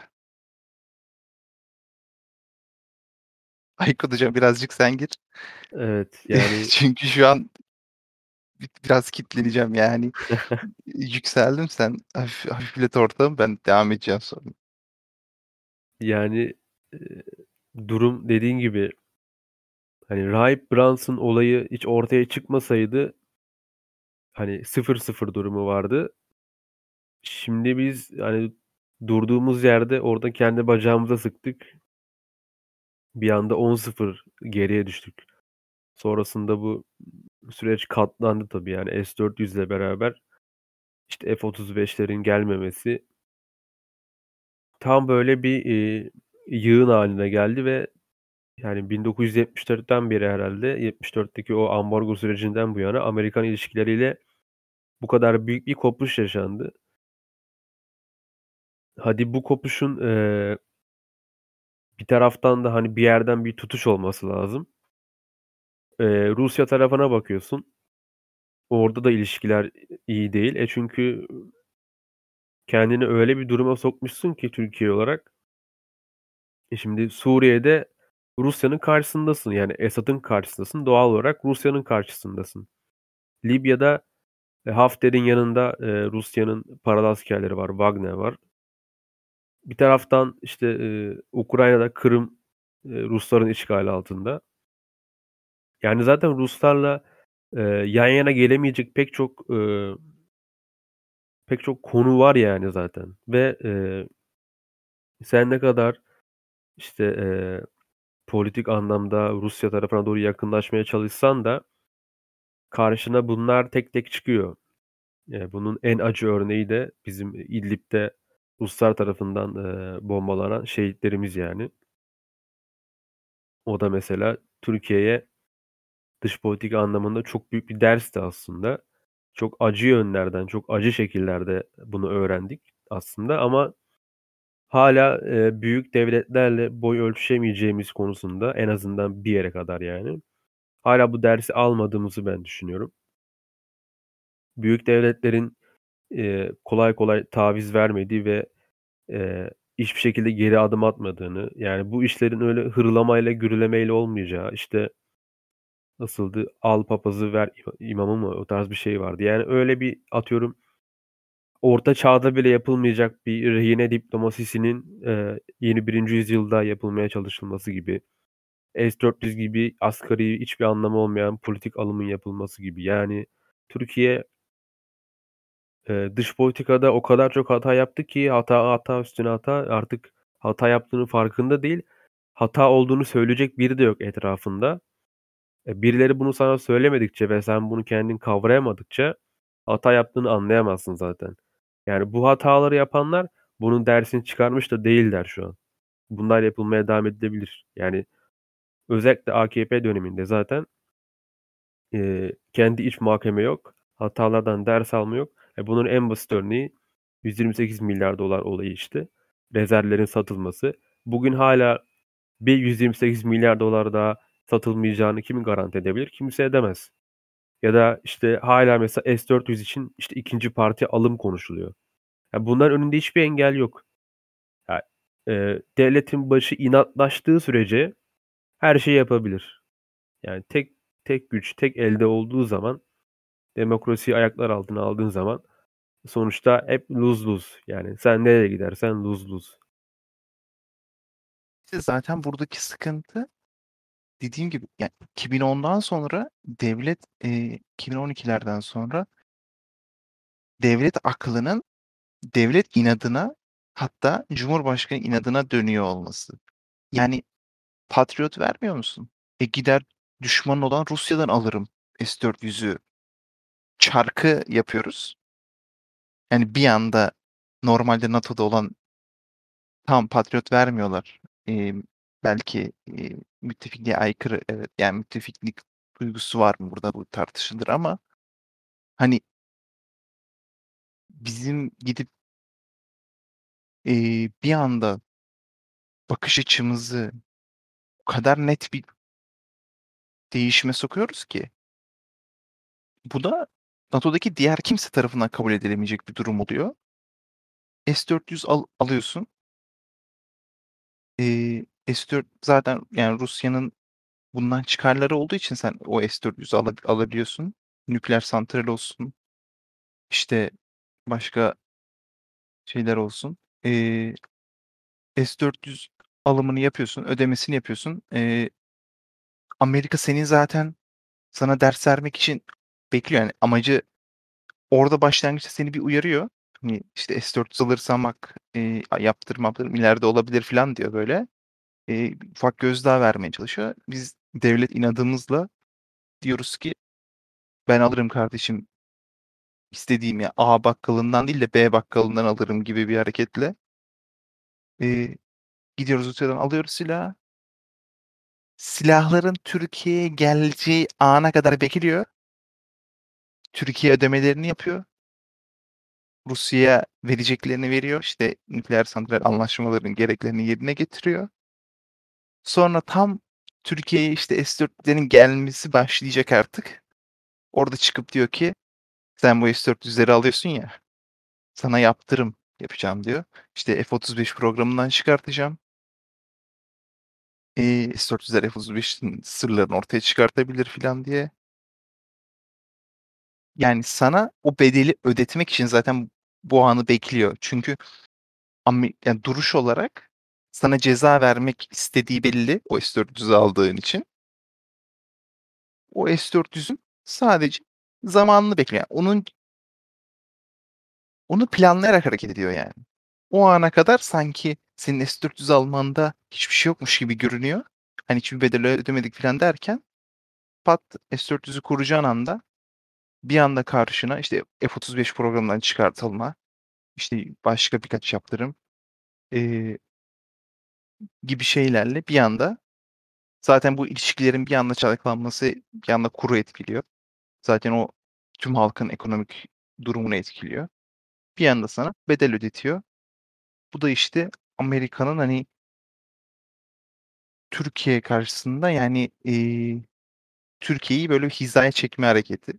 Aykut hocam birazcık sen gir. Evet, yani Çünkü şu an biraz kitleneceğim yani. Yükseldim sen hafiflet ortamı ben devam edeceğim sonra. yani, eee, durum dediğin gibi, hani, Rahip Brunson olayı hiç ortaya çıkmasaydı, hani, 0-0 durumu vardı. Şimdi biz, hani, durduğumuz yerde orada kendi bacağımıza sıktık. Bir anda 10-0 geriye düştük. Sonrasında bu süreç katlandı tabii, yani, S-400'le beraber, işte, F-35'lerin gelmemesi tam böyle bir, yığın hâline geldi ve, yani, 1974'ten beri herhâlde 74'teki o ambargo sürecinden bu yana Amerikan ilişkileriyle bu kadar büyük bir kopuş yaşandı. Hadi bu kopuşun, bir taraftan da, hani, bir yerden bir tutuş olması lazım. Rusya tarafına bakıyorsun, orada da ilişkiler iyi değil. Çünkü kendini öyle bir duruma sokmuşsun ki Türkiye olarak, şimdi Suriye'de Rusya'nın karşısındasın, yani Esad'ın karşısındasın. Doğal olarak Rusya'nın karşısındasın. Libya'da Hafter'in yanında, Rusya'nın paralı askerleri var, Wagner var. Bir taraftan, işte, Ukrayna'da Kırım, Rusların işgali altında. Yani, zaten Ruslarla, yan yana gelemeyecek pek çok konu var yani zaten ve, sen ne kadar, işte, politik anlamda Rusya tarafına doğru yakınlaşmaya çalışsan da karşına bunlar tek tek çıkıyor. Bunun en acı örneği de bizim İdlib'de Ruslar tarafından, bombalanan şehitlerimiz yani. O da mesela Türkiye'ye dış politika anlamında çok büyük bir dersti aslında. Çok acı yönlerden, çok acı şekillerde bunu öğrendik aslında ama hâlâ, büyük devletlerle boy ölçüşemeyeceğimiz konusunda en azından bir yere kadar yani, hâlâ bu dersi almadığımızı ben düşünüyorum. Büyük devletlerin, kolay kolay taviz vermediği ve, hiçbir şekilde geri adım atmadığını, yani bu işlerin öyle hırlamayla, gürlemeyle olmayacağı, işte, nasıldı, "Al papazı ver imamı" mı? O tarz bir şey vardı. Yani öyle bir atıyorum Orta Çağ'da bile yapılmayacak bir rehine diplomasisinin, yeni 1. yüzyılda yapılmaya çalışılması gibi, S-400 gibi asgari hiçbir anlamı olmayan politik alımın yapılması gibi. Yani Türkiye, dış politikada o kadar çok hata yaptı ki hata üstüne hata, artık hata yaptığının farkında değil. Hata olduğunu söyleyecek biri de yok etrafında. Birileri bunu sana söylemedikçe ve sen bunu kendin kavrayamadıkça hata yaptığını anlayamazsın zaten. Yani bu hataları yapanlar bunun dersini çıkarmış da değiller şu an. Bunlar yapılmaya devam edilebilir. Yani özellikle AKP döneminde zaten, kendi iç muhakeme yok, hatalardan ders alma yok. Bunun en basit örneği $128 milyar olayı işte. Rezervlerin satılması. Bugün hâlâ bir $128 milyar daha satılmayacağını kim garanti edebilir? Kimse edemez. Ya da, işte, hâlâ mesela S-400 için, işte, 2'nci parti alım konuşuluyor. Ya, bunların önünde hiçbir engel yok. Ya, devletin başı inatlaştığı sürece her şeyi yapabilir. Yani tek güç, tek elde olduğu zaman, demokrasiyi ayaklar altına aldığın zaman sonuçta hep lose lose. Yani sen nereye gidersen lose lose. İşte zaten buradaki sıkıntı dediğim gibi yani 2010'dan sonra devlet 2012'lerden sonra devlet aklının devlet inadına hatta Cumhurbaşkanı inadına dönüyor olması. Yani Patriot vermiyor musun? Gider düşmanın olan Rusya'dan alırım S-400'ü. Çarkı yapıyoruz. Yani bir anda normalde NATO'da olan tam Patriot vermiyorlar. Belki müttefikliğe aykırı evet yani müttefiklik duygusu var mı burada bu tartışılır ama hani bizim gidip bir anda bakış açımızı o kadar net bir değişime sokuyoruz ki bu da NATO'daki diğer kimse tarafından kabul edilemeyecek bir durum oluyor. S-400 alıyorsun. S-4 zaten yani Rusya'nın bundan çıkarları olduğu için sen o S-400'ü alabiliyorsun. Nükleer santral olsun, işte başka şeyler olsun. Eee, S-400 alımını yapıyorsun, ödemesini yapıyorsun. Amerika senin zaten sana ders vermek için bekliyor. Yani amacı orada başlangıçta seni bir uyarıyor. Hani işte S-400 alırsan bak yaptırım ileride olabilir falan diyor böyle. Ufak gözdağı vermeye çalışıyor. Biz devlet inadımızla diyoruz ki ben alırım kardeşim istediğim ya A bakkalından değil de B bakkalından alırım gibi bir hareketle eee, gidiyoruz Rusya'dan alıyoruz silahı. Silahların Türkiye'ye geleceği ana kadar bekliyor. Türkiye ödemelerini yapıyor. Rusya'ya vereceklerini veriyor. İşte nükleer santral anlaşmalarının gereklerini yerine getiriyor. Sonra tam Türkiye'ye işte S-400'lerin gelmesi başlayacak artık. Orada çıkıp diyor ki sen bu S-400'leri alıyorsun ya sana yaptırım yapacağım diyor. İşte F-35 programından çıkartacağım. S-400'ler F-35'in sırlarını ortaya çıkartabilir filan diye. Yani sana o bedeli ödetmek için zaten bu anı bekliyor. Çünkü yani duruş olarak sana ceza vermek istediği belli o S-400'ü aldığın için. O S-400'ün sadece zamanını bekliyor. Yani onu planlayarak hareket ediyor yani. O ana kadar sanki senin S-400 almanda hiçbir şey yokmuş gibi görünüyor. Hani hiçbir bedel ödemedik falan derken pat S-400'ü kuracağın anda bir anda karşına işte F-35 programından çıkartılma, işte başka birkaç yaptırım gibi şeylerle bir anda zaten bu ilişkilerin bir anda çalkalanması bir anda kuru etkiliyor. Zaten o tüm halkın ekonomik durumunu etkiliyor. Bir anda sana bedel ödetiyor. Bu da işte Amerika'nın hani Türkiye karşısında yani Türkiye'yi böyle bir hizaya çekme hareketi.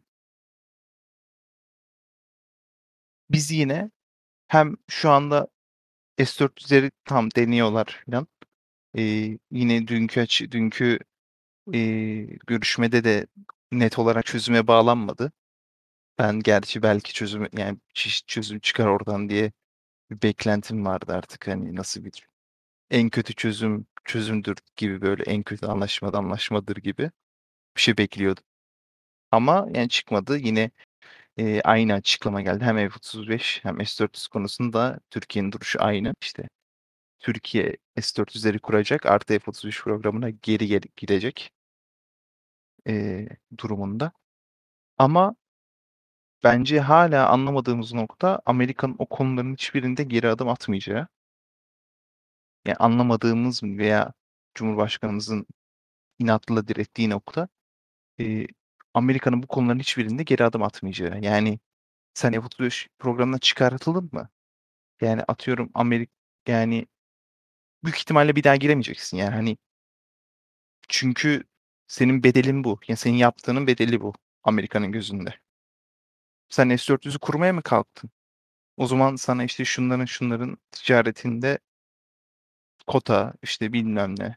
Biz yine hem şu anda S-400'leri tam deniyorlar falan. Yine dünkü görüşmede de net olarak çözüme bağlanmadı. Ben gerçi belki çözüm yani çeşit çözüm çıkar oradan diye bir beklentim vardı artık hani nasıl bir en kötü çözüm çözümdür gibi böyle en kötü anlaşma da anlaşmadır gibi bir şey bekliyordum. Ama yani çıkmadı. Yine aynı açıklama geldi. Hem F-35 hem S-400 konusunda Türkiye'nin duruşu aynı. İşte Türkiye S-400'leri kuracak artı F-35 programına geri girecek durumunda. Ama bence hala anlamadığımız nokta Amerika'nın o konuların hiçbirinde geri adım atmayacağı. Yani anlamadığımız veya Cumhurbaşkanımızın inatla direttiği nokta eee, Amerika'nın bu konuların hiçbirinde geri adım atmayacağı. Yani sen F-35 programından çıkartıldın mı? Yani atıyorum yani büyük ihtimalle bir daha giremeyeceksin yani hani çünkü senin bedelin bu. Yani senin yaptığının bedeli bu Amerika'nın gözünde. Sen S-400'ü kurmaya mı kalktın? O zaman sana işte şunların ticaretinde kota işte bilmem ne.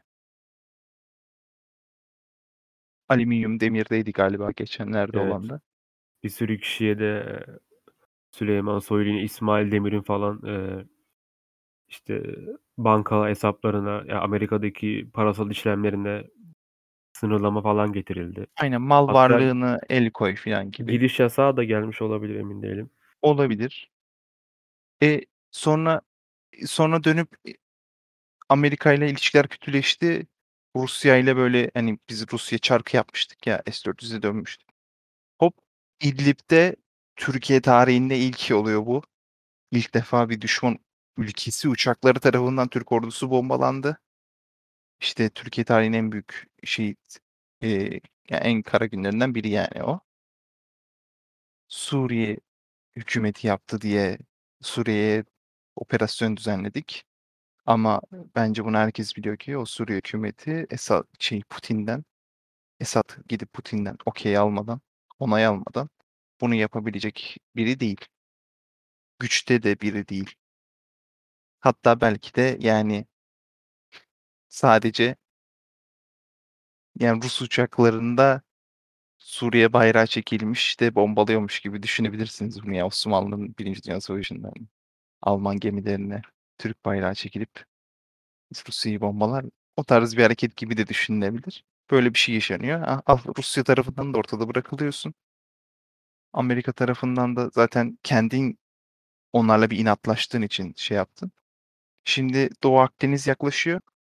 Alüminyum demirdeydi galiba geçenlerde Evet. olan da. Bir sürü kişiye de, Süleyman Soylu'nun, İsmail Demir'in falan, işte, banka hesaplarına, ya, Amerika'daki parasal işlemlerine sınırlama falan getirildi. Aynen mal Hatta varlığını el koy filan gibi. giriş yasağı da gelmiş olabilir, emin değilim. Olabilir. E sonra sonra dönüp Amerika ile ilişkiler kötüleşti. Rusya ile böyle hani biz Rusya çarkı yapmıştık ya S-400'e dönmüştük. Hop İdlib'de Türkiye tarihinde ilk oluyor bu. İlk defa bir düşman ülkesi uçakları tarafından Türk ordusu bombalandı. İşte Türkiye tarihinin en büyük yani en kara günlerinden biri yani o. Suriye hükümeti yaptı diye Suriye'ye operasyon düzenledik. Ama bence bunu herkes biliyor ki o Suriye hükümeti Esad gidip Putin'den okey almadan, onay almadan bunu yapabilecek biri değil. Güçte de biri değil. Hatta belki de yani sadece yani Rus uçaklarında Suriye bayrağı çekilmiş işte bombalıyormuş gibi düşünebilirsiniz bunu ya Osmanlı'nın Birinci Dünya Savaşı'nda Alman gemilerine Türk bayrağı çekilip Rusya'yı bombalar. O tarz bir hareket gibi de düşünülebilir. Böyle bir şey yaşanıyor. Al Rusya tarafından da ortada bırakılıyorsun. Amerika tarafından da zaten kendin onlarla bir inatlaştığın için şey yaptın. Şimdi Doğu Akdeniz yaklaşıyor.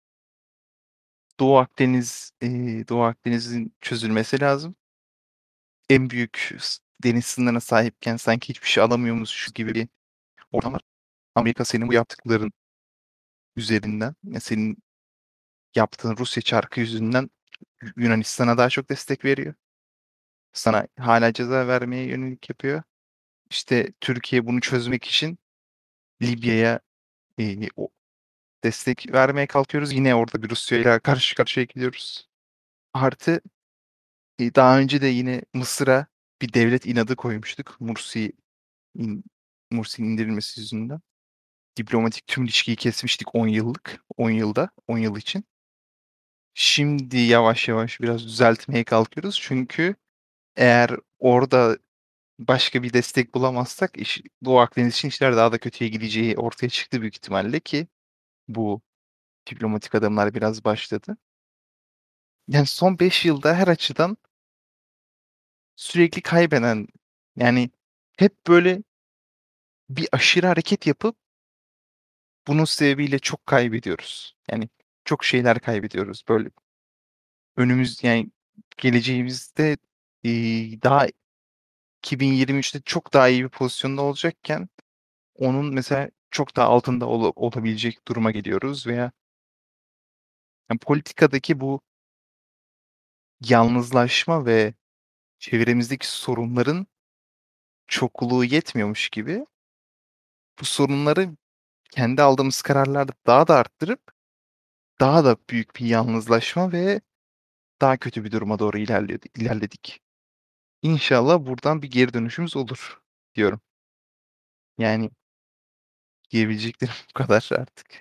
Doğu Akdeniz'in çözülmesi lazım. En büyük deniz sınırına sahipken sanki hiçbir şey alamıyormuşuz gibi bir ortam var. Amerika senin bu yaptıkların üzerinden, ya senin yaptığın Rusya çarkı yüzünden Yunanistan'a daha çok destek veriyor. Sana hala ceza vermeye yönelik yapıyor. İşte Türkiye bunu çözmek için Libya'ya o destek vermeye kalkıyoruz. Yine orada bir Rusya ile karşı karşıya gidiyoruz. Artı daha önce de yine Mısır'a bir devlet inadı koymuştuk. In, Mursi'nin indirilmesi yüzünden. Diplomatik tüm ilişkiyi kesmiştik 10 yıllık. 10 yılda. 10 yıl için. Şimdi yavaş yavaş biraz düzeltmeye kalkıyoruz. Çünkü eğer orada başka bir destek bulamazsak Doğu Akdeniz için işler daha da kötüye gideceği ortaya çıktı büyük ihtimalle ki bu diplomatik adımlar biraz başladı. Yani son 5 yılda her açıdan sürekli kaybeden, yani hep böyle bir aşırı hareket yapıp bunun sebebiyle çok kaybediyoruz. Yani çok şeyler kaybediyoruz. Böyle yani geleceğimizde, daha 2023'te çok daha iyi bir pozisyonda olacakken onun mesela çok daha altında olabilecek duruma geliyoruz veya yani politikadaki bu yalnızlaşma ve çevremizdeki sorunların çokluğu yetmiyormuş gibi bu sorunları kendi aldığımız kararlarda daha da arttırıp daha da büyük bir yalnızlaşma ve daha kötü bir duruma doğru ilerledik. İnşallah buradan bir geri dönüşümüz olur diyorum. Yani diyebileceklerim bu kadar artık.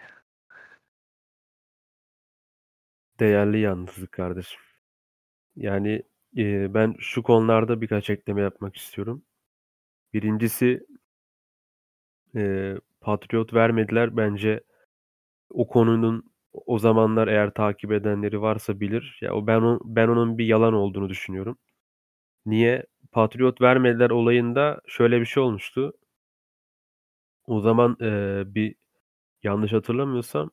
Değerli yalnızlık kardeşim. Yani, ben şu konularda birkaç ekleme yapmak istiyorum. Birincisi, Patriot vermediler. Bence o konunun o zamanlar eğer takip edenleri varsa bilir. Ya, ben onun bir yalan olduğunu düşünüyorum. Niye? Patriot vermediler olayında şöyle bir şey olmuştu. O zaman, bir yanlış hatırlamıyorsam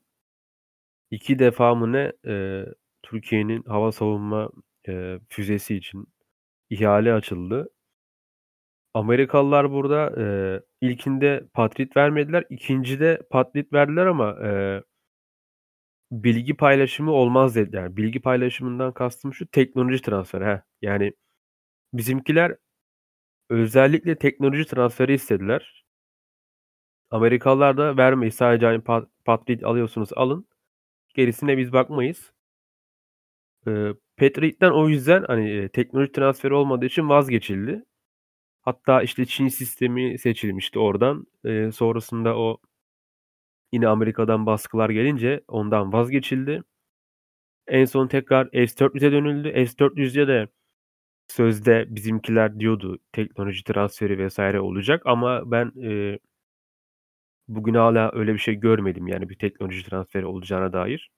2 defa mı ne, Türkiye'nin hava savunma, füzesi için ihale açıldı. Amerikalılar burada, ilkinde Patriot vermediler, ikincide Patriot verdiler ama, bilgi paylaşımı olmaz dediler. Bilgi paylaşımından kastım şu, teknoloji transferi. Heh, yani bizimkiler özellikle teknoloji transferi istediler. Amerikalılar da vermeyiz, sadece, hani, Patriot alıyorsunuz alın, gerisine biz bakmayız. Patriot'ten o yüzden, hani, teknoloji transferi olmadığı için vazgeçildi. Hatta, işte, Çin sistemi seçilmişti oradan. Sonrasında o yine Amerika'dan baskılar gelince ondan vazgeçildi. En son tekrar S-400'e dönüldü. S-400'de de sözde bizimkiler diyordu teknoloji transferi vs. olacak ama ben, bugün hâlâ öyle bir şey görmedim, yani, bir teknoloji transferi olacağına dair.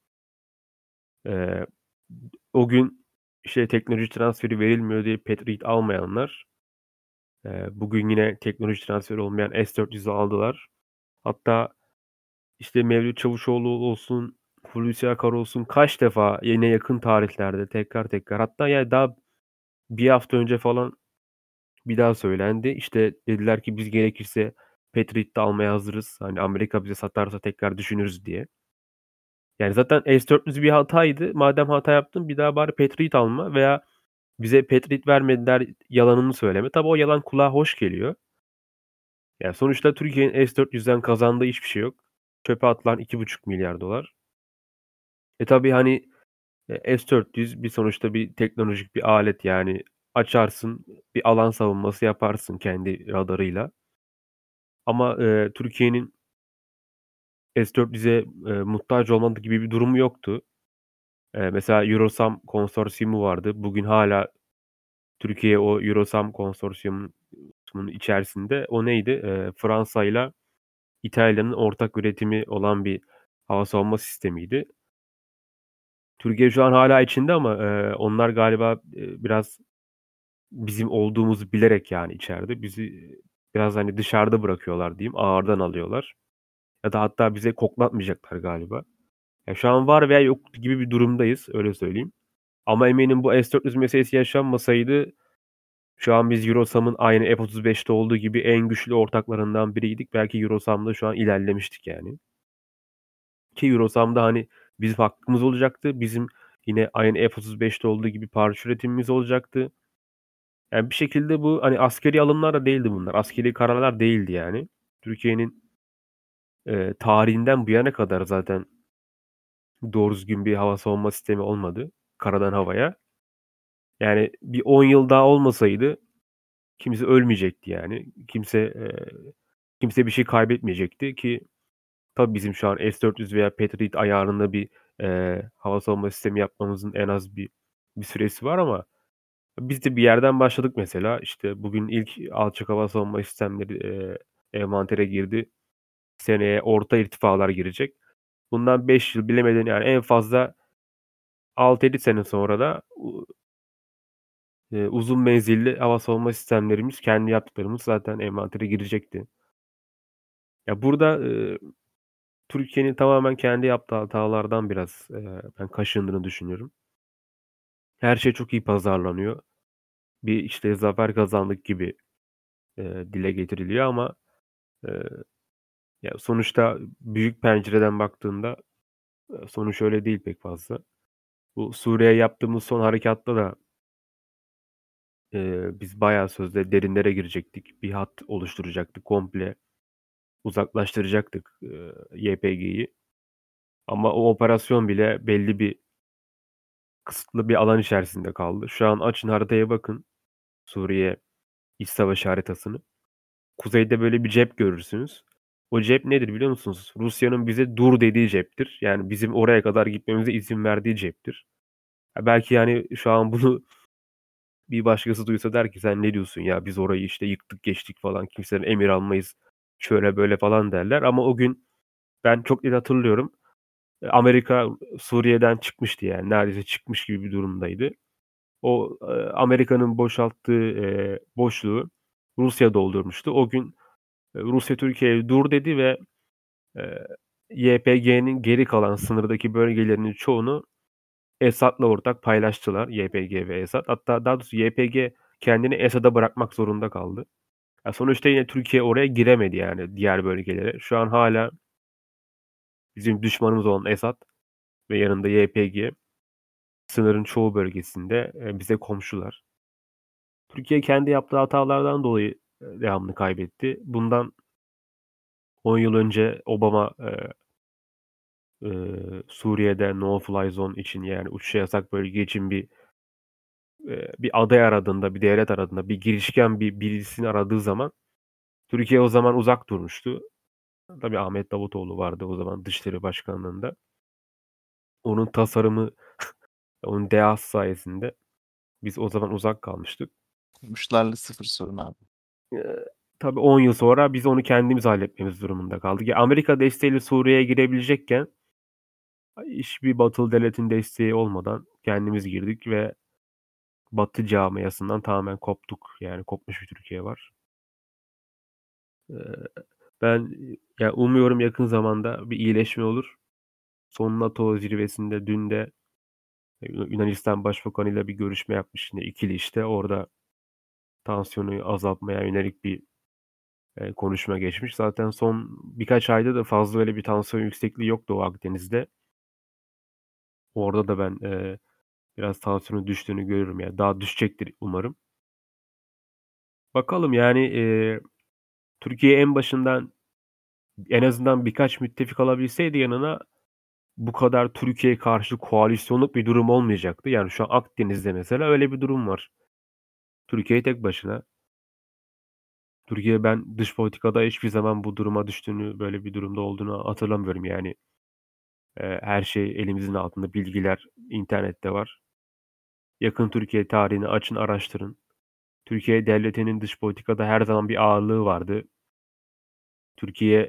Eee, o gün, işte, teknoloji transferi verilmiyor diye Patriot almayanlar, bugün yine teknoloji transferi olmayan S-400'ü aldılar. Hatta, İşte, Mevlüt Çavuşoğlu olsun, Hulusi Akar olsun kaç defa yine yakın tarihlerde tekrar tekrar hatta yani daha bir hafta önce falan bir daha söylendi. İşte, dediler ki biz gerekirse Patriot da almaya hazırız. Hani, Amerika bize satarsa tekrar düşünürüz diye. Yani zaten S-400 bir hataydı. Madem hata yaptın bir daha bari Patriot alma veya bize Patriot vermediler yalanını söyleme. Tabii o yalan kulağa hoş geliyor. Yani sonuçta Türkiye'nin S-400'den kazandığı hiçbir şey yok. Çöpe atılan $2,5 milyar. Tabii, hani, S-400 sonuçta bir teknolojik bir alet, yani, açarsın, bir alan savunması yaparsın kendi radarıyla ama, Türkiye'nin S-400'e, muhtaç olmadığı gibi bir durumu yoktu. Mesela Eurosam konsorsiyumu vardı. Bugün hâlâ Türkiye o Eurosam konsorsiyumunun içerisinde. O neydi? Fransa'yla İtalya'nın ortak üretimi olan bir hava savunma sistemiydi. Türkiye şu an hâlâ içinde ama, onlar galiba, biraz bizim olduğumuzu bilerek, yani, içeride bizi biraz, hani, dışarıda bırakıyorlar diyeyim, ağırdan alıyorlar ya da hatta bize koklatmayacaklar galiba. Ya, şu an var veya yok gibi bir durumdayız, öyle söyleyeyim. Ama eminim bu S-400 meselesi yaşanmasaydı şu an biz Eurosam'ın aynı F-35'te olduğu gibi en güçlü ortaklarından biriydik. Belki Eurosam'da şu an ilerlemiştik, yani. Ki Eurosam'da, hani, bizim hakkımız olacaktı. Bizim yine aynı F-35'te olduğu gibi parça üretimimiz olacaktı. Yani, bir şekilde bu, hani, askeri alımlar da değildi bunlar. Askeri kararlar değildi, yani. Türkiye'nin, tarihinden bu yana kadar zaten doğru düzgün bir hava savunma sistemi olmadı, karadan havaya. Yani, bir 10 yıl daha olmasaydı kimse ölmeyecekti, yani. Kimse bir şey kaybetmeyecekti ki tabii bizim şu an S-400 veya Patriot ayarında bir, hava savunma sistemi yapmamızın en az bir süresi var ama Biz de bir yerden başladık mesela. İşte, bugün ilk alçak hava savunma sistemleri, envantere girdi. Seneye orta irtifalar girecek. Bundan 5 yıl bilemedin yani en fazla 6-7 sene sonra da uzun menzilli hava savunma sistemlerimiz, kendi yaptıklarımız zaten envantere girecekti. Ya, burada, Türkiye'nin tamamen kendi yaptığı hatalardan biraz, ben kaşındığını düşünüyorum. Her şey çok iyi pazarlanıyor. Bir, işte, zafer kazandık gibi, dile getiriliyor ama, eee, ya, sonuçta büyük pencereden baktığında, sonuç öyle değil pek fazla. Bu Suriye'ye yaptığımız son harekatta da, biz bayağı sözde derinlere girecektik. Bir hat oluşturacaktık. Komple uzaklaştıracaktık, YPG'yi. Ama o operasyon bile belli bir kısıtlı bir alan içerisinde kaldı. Şu an açın haritaya bakın, Suriye İç Savaşı haritasını. Kuzeyde böyle bir cep görürsünüz. O cep nedir biliyor musunuz? Rusya'nın bize dur dediği ceptir. Yani bizim oraya kadar gitmemize izin verdiği ceptir. Ya, belki, yani, şu an bunu bir başkası duysa der ki "Sen ne diyorsun ya? Biz orayı, işte, yıktık geçtik falan. Kimseden emir almayız. Şöyle böyle." falan derler ama o gün ben çok net hatırlıyorum. Amerika Suriye'den çıkmıştı yani. Neredeyse çıkmış gibi bir durumdaydı. O, Amerika'nın boşalttığı, boşluğu Rusya doldurmuştu. O gün, Rusya Türkiye'ye dur dedi ve, eee, YPG'nin geri kalan sınırdaki bölgelerinin çoğunu Esad'la ortak paylaştılar, YPG ve Esad. Hatta daha doğrusu YPG kendini Esad'a bırakmak zorunda kaldı. Ya, sonuçta yine Türkiye oraya giremedi yani diğer bölgelere. Şu an hâlâ bizim düşmanımız olan Esad ve yanında YPG sınırın çoğu bölgesinde, bize komşular. Türkiye kendi yaptığı hatalardan dolayı, devamlı kaybetti. Bundan 10 yıl önce Obama, Suriye'de no fly zone için, yani uçuşa yasak bölge için bir aday aradığında, bir devlet aradığında, bir girişken birisini aradığı zaman Türkiye o zaman uzak durmuştu. Tabii Ahmet Davutoğlu vardı o zaman Dışişleri Başkanlığında. Onun tasarımı, onun dehası sayesinde biz o zaman uzak kalmıştık. Komşularla sıfır sorun abi. Eee, tabii 10 yıl sonra biz onu kendimiz halletmemiz durumunda kaldık. Ya, Amerika desteğiyle Suriye'ye girebilecekken hiçbir batılı devletin desteği olmadan kendimiz girdik ve Batı camiasından tamamen koptuk. Yani kopmuş bir Türkiye var. Eee, ben, ya, umuyorum yakın zamanda bir iyileşme olur. Son NATO zirvesinde dün de Yunanistan Başbakanı'yla bir görüşme yapmış yine ikili işte. Orada tansiyonu azaltmaya yönelik bir, konuşma geçmiş. Zaten son birkaç ayda da fazla öyle bir tansiyon yüksekliği yoktu o Akdeniz'de. Orada da ben, biraz tansiyonun düştüğünü görüyorum. Yani daha düşecektir umarım. Bakalım yani, Türkiye en başından en azından birkaç müttefik alabilseydi yanına bu kadar Türkiye'ye karşı koalisyonluk bir durum olmayacaktı. Yani şu an Akdeniz'de mesela öyle bir durum var. Türkiye tek başına. Türkiye ben dış politikada hiçbir zaman bu duruma düştüğünü, böyle bir durumda olduğunu hatırlamıyorum yani. Her şey elimizin altında, bilgiler internette var. Yakın Türkiye tarihini açın, araştırın. Türkiye devletinin dış politikada her zaman bir ağırlığı vardı. Türkiye,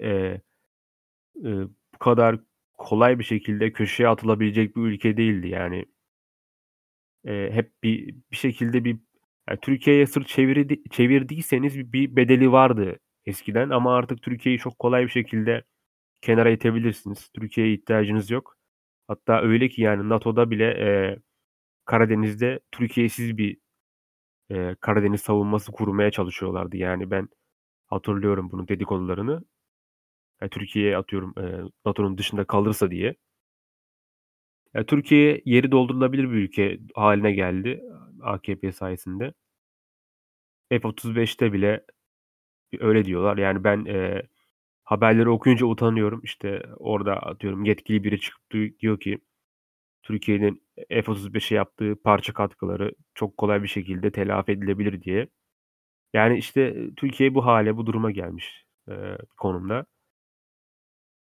bu kadar kolay bir şekilde köşeye atılabilecek bir ülke değildi yani. Hep bir şekilde Türkiye'ye sırt çevirdiyseniz bir bedeli vardı eskiden ama artık Türkiye'yi çok kolay bir şekilde kenara itebilirsiniz. Türkiye'ye ihtiyacınız yok. Hatta öyle ki yani NATO'da bile, Karadeniz'de Türkiye'siz bir, Karadeniz savunması kurmaya çalışıyorlardı. Yani ben hatırlıyorum bunun dedikodularını. Türkiye atıyorum, NATO'nun dışında kalırsa diye. Ya, Türkiye yeri doldurulabilir bir ülke hâline geldi AKP sayesinde. F-35'te bile öyle diyorlar. Yani ben, haberleri okuyunca utanıyorum. İşte, orada atıyorum yetkili biri çıkıp diyor ki Türkiye'nin F-35'e yaptığı parça katkıları çok kolay bir şekilde telafi edilebilir diye. Yani, işte, Türkiye bu hâle, bu duruma gelmiş, konumda.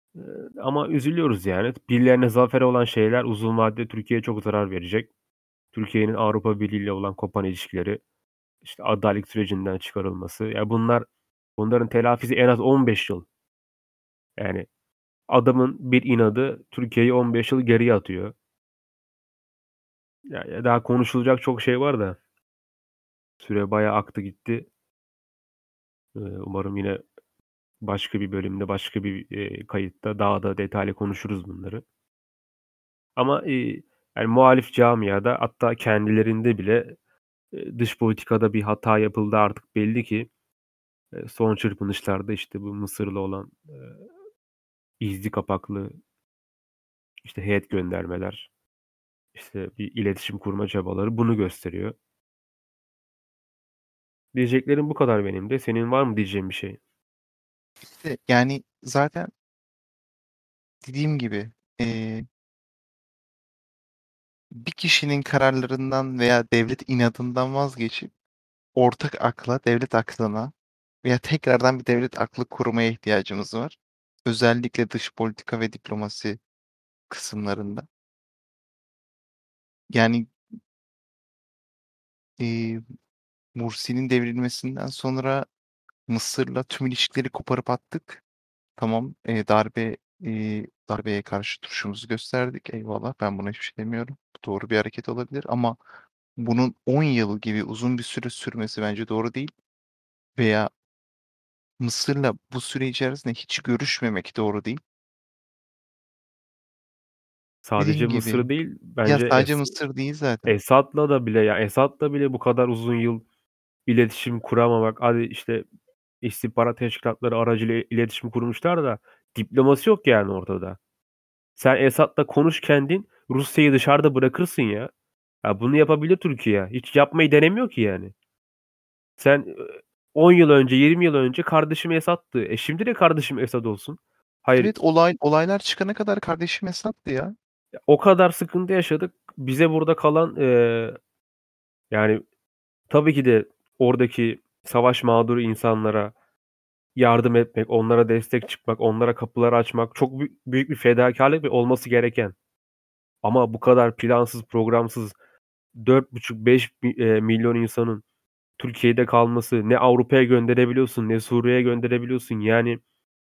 Ama üzülüyoruz yani. Birilerine zafere olan şeyler uzun vadede Türkiye'ye çok zarar verecek. Türkiye'nin Avrupa Birliği ile olan kopan ilişkileri, işte, adalet sürecinden çıkarılması. Ya, bunların telafisi en az 15 yıl. Yani adamın bir inadı Türkiye'yi 15 yıl geriye atıyor. Ya, daha konuşulacak çok şey var da süre bayağı aktı gitti. Umarım yine başka bir bölümde, başka bir, kayıtta daha da detaylı konuşuruz bunları. Ama, yani, muhalif camiada hatta kendilerinde bile, dış politikada bir hata yapıldığı artık belli ki, son çırpınışlarda, işte, bu Mısır'la olan, gizli kapaklı, işte, heyet göndermeler, işte, bir iletişim kurma çabaları bunu gösteriyor. Diyeceklerim bu kadar benim de. Senin var mı diyeceğin bir şey? İşte, yani, zaten dediğim gibi, eee, bir kişinin kararlarından veya devlet inadından vazgeçip ortak akla, devlet aklına veya tekrardan bir devlet aklı kurmaya ihtiyacımız var. Özellikle dış politika ve diplomasi kısımlarında. Yani, eee, Mursi'nin devrilmesinden sonra Mısır'la tüm ilişkileri koparıp attık. Tamam, darbeye karşı duruşumuzu gösterdik. Eyvallah, ben buna hiçbir şey demiyorum. Bu doğru bir hareket olabilir ama bunun 10 yıl gibi uzun bir süre sürmesi bence doğru değil veya Mısır'la bu süre içerisinde hiç görüşmemek doğru değil. Sadece Dediğim Mısır gibi, değil, ya bence sadece Mısır değil zaten. Esad'la bile bu kadar uzun yıl iletişim kuramamak, hadi, işte, istihbarat teşkilatları aracılığıyla iletişim kurmuşlar da diplomasi yok yani ortada. Sen Esad'la konuş kendin, Rusya'yı dışarıda bırakırsın ya. Ya, bunu yapabilir Türkiye. Hiç yapmayı denemiyor ki yani. Sen, 10 yıl önce, 20 yıl önce kardeşim Esad'tı. Şimdi de kardeşim Esad olsun. Hayır, Evet, olaylar çıkana kadar kardeşim Esad'dı ya. o kadar sıkıntı yaşadık. Bize burada kalan, yani, tabii ki de oradaki savaş mağduru insanlara yardım etmek, onlara destek çıkmak, onlara kapıları açmak çok büyük bir fedakârlık ve olması gereken. Ama bu kadar plansız, programsız 4,5-5 milyon insanın Türkiye'de kalması, ne Avrupa'ya gönderebiliyorsun, ne Suriye'ye gönderebiliyorsun. Yani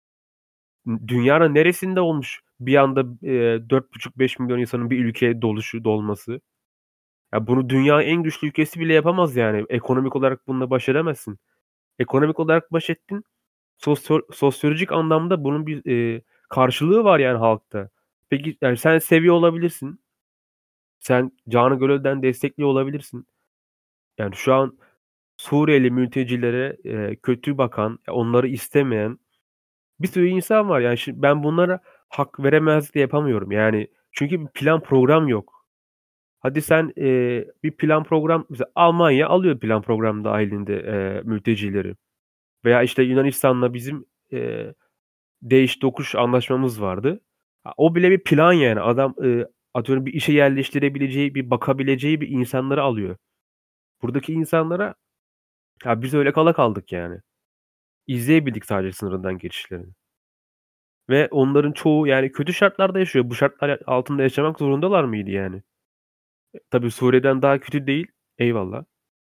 dünyanın neresinde olmuş bir anda, 4,5-5 milyon insanın bir ülkeye dolması? Ya, bunu dünyanın en güçlü ülkesi bile yapamaz yani. Ekonomik olarak bununla baş edemezsin. Ekonomik olarak baş ettin. Sosyolojik anlamda bunun bir, karşılığı var yani halkta. Peki, yani sen seviyor olabilirsin. Sen canı gönülden destekliyor olabilirsin. Yani şu an Suriyeli mültecilere, kötü bakan, onları istemeyen bir sürü insan var. Yani ben bunlara hak veremezlik de yapamıyorum. Yani çünkü bir plan program yok. Hadi sen, bir plan program mesela Almanya alıyor plan program dâhilinde, mültecileri veya, işte, Yunanistan'la bizim, değiş tokuş anlaşmamız vardı. O bile bir plan yani. Adam, atıyorum bir işe yerleştirebileceği, bir bakabileceği bir insanları alıyor. Buradaki insanlara ya biz öyle kala kaldık yani. İzleyebildik sadece sınırından geçişlerini ve onların çoğu yani kötü şartlarda yaşıyor. Bu şartlar altında yaşamak zorundalar mıydı yani? Tabii Suriye'den daha kötü değil, eyvallah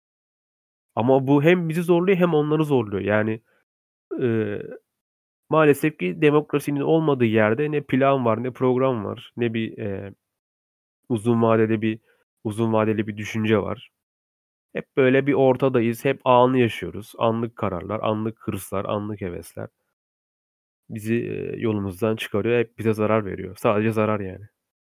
ama bu hem bizi zorluyor hem onları zorluyor. Yani, eee, maalesef ki demokrasinin olmadığı yerde ne plan var, ne program var, ne bir, uzun vadede bir uzun vadeli bir düşünce var. Hep böyle bir ortadayız. Hep anı yaşıyoruz. Anlık kararlar, anlık hırslar, anlık hevesler bizi, yolumuzdan çıkarıyor. Hep bize zarar veriyor. Sadece zarar yani.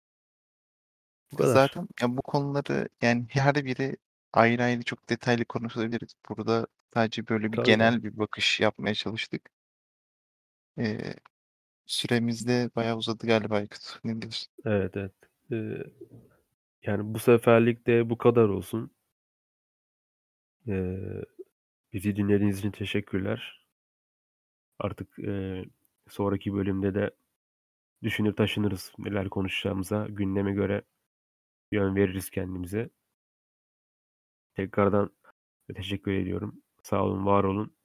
Bu kadar. Zaten ya bu konuları yani her biri ayrı ayrı çok detaylı konuşabiliriz. Burada sadece böyle bir Tabii, tabii. genel bir bakış yapmaya çalıştık. Eee, Süremiz de bayağı uzadı galiba Aykut. Ne diyorsun? Evet, evet. Eee, yani bu seferlik de bu kadar olsun. Eee, bizi dinlediğiniz için teşekkürler. Artık, sonraki bölümde de düşünür taşınırız neler konuşacağımıza. Gündeme göre yön veririz kendimize. Tekrardan teşekkür ediyorum. Sağ olun, var olun.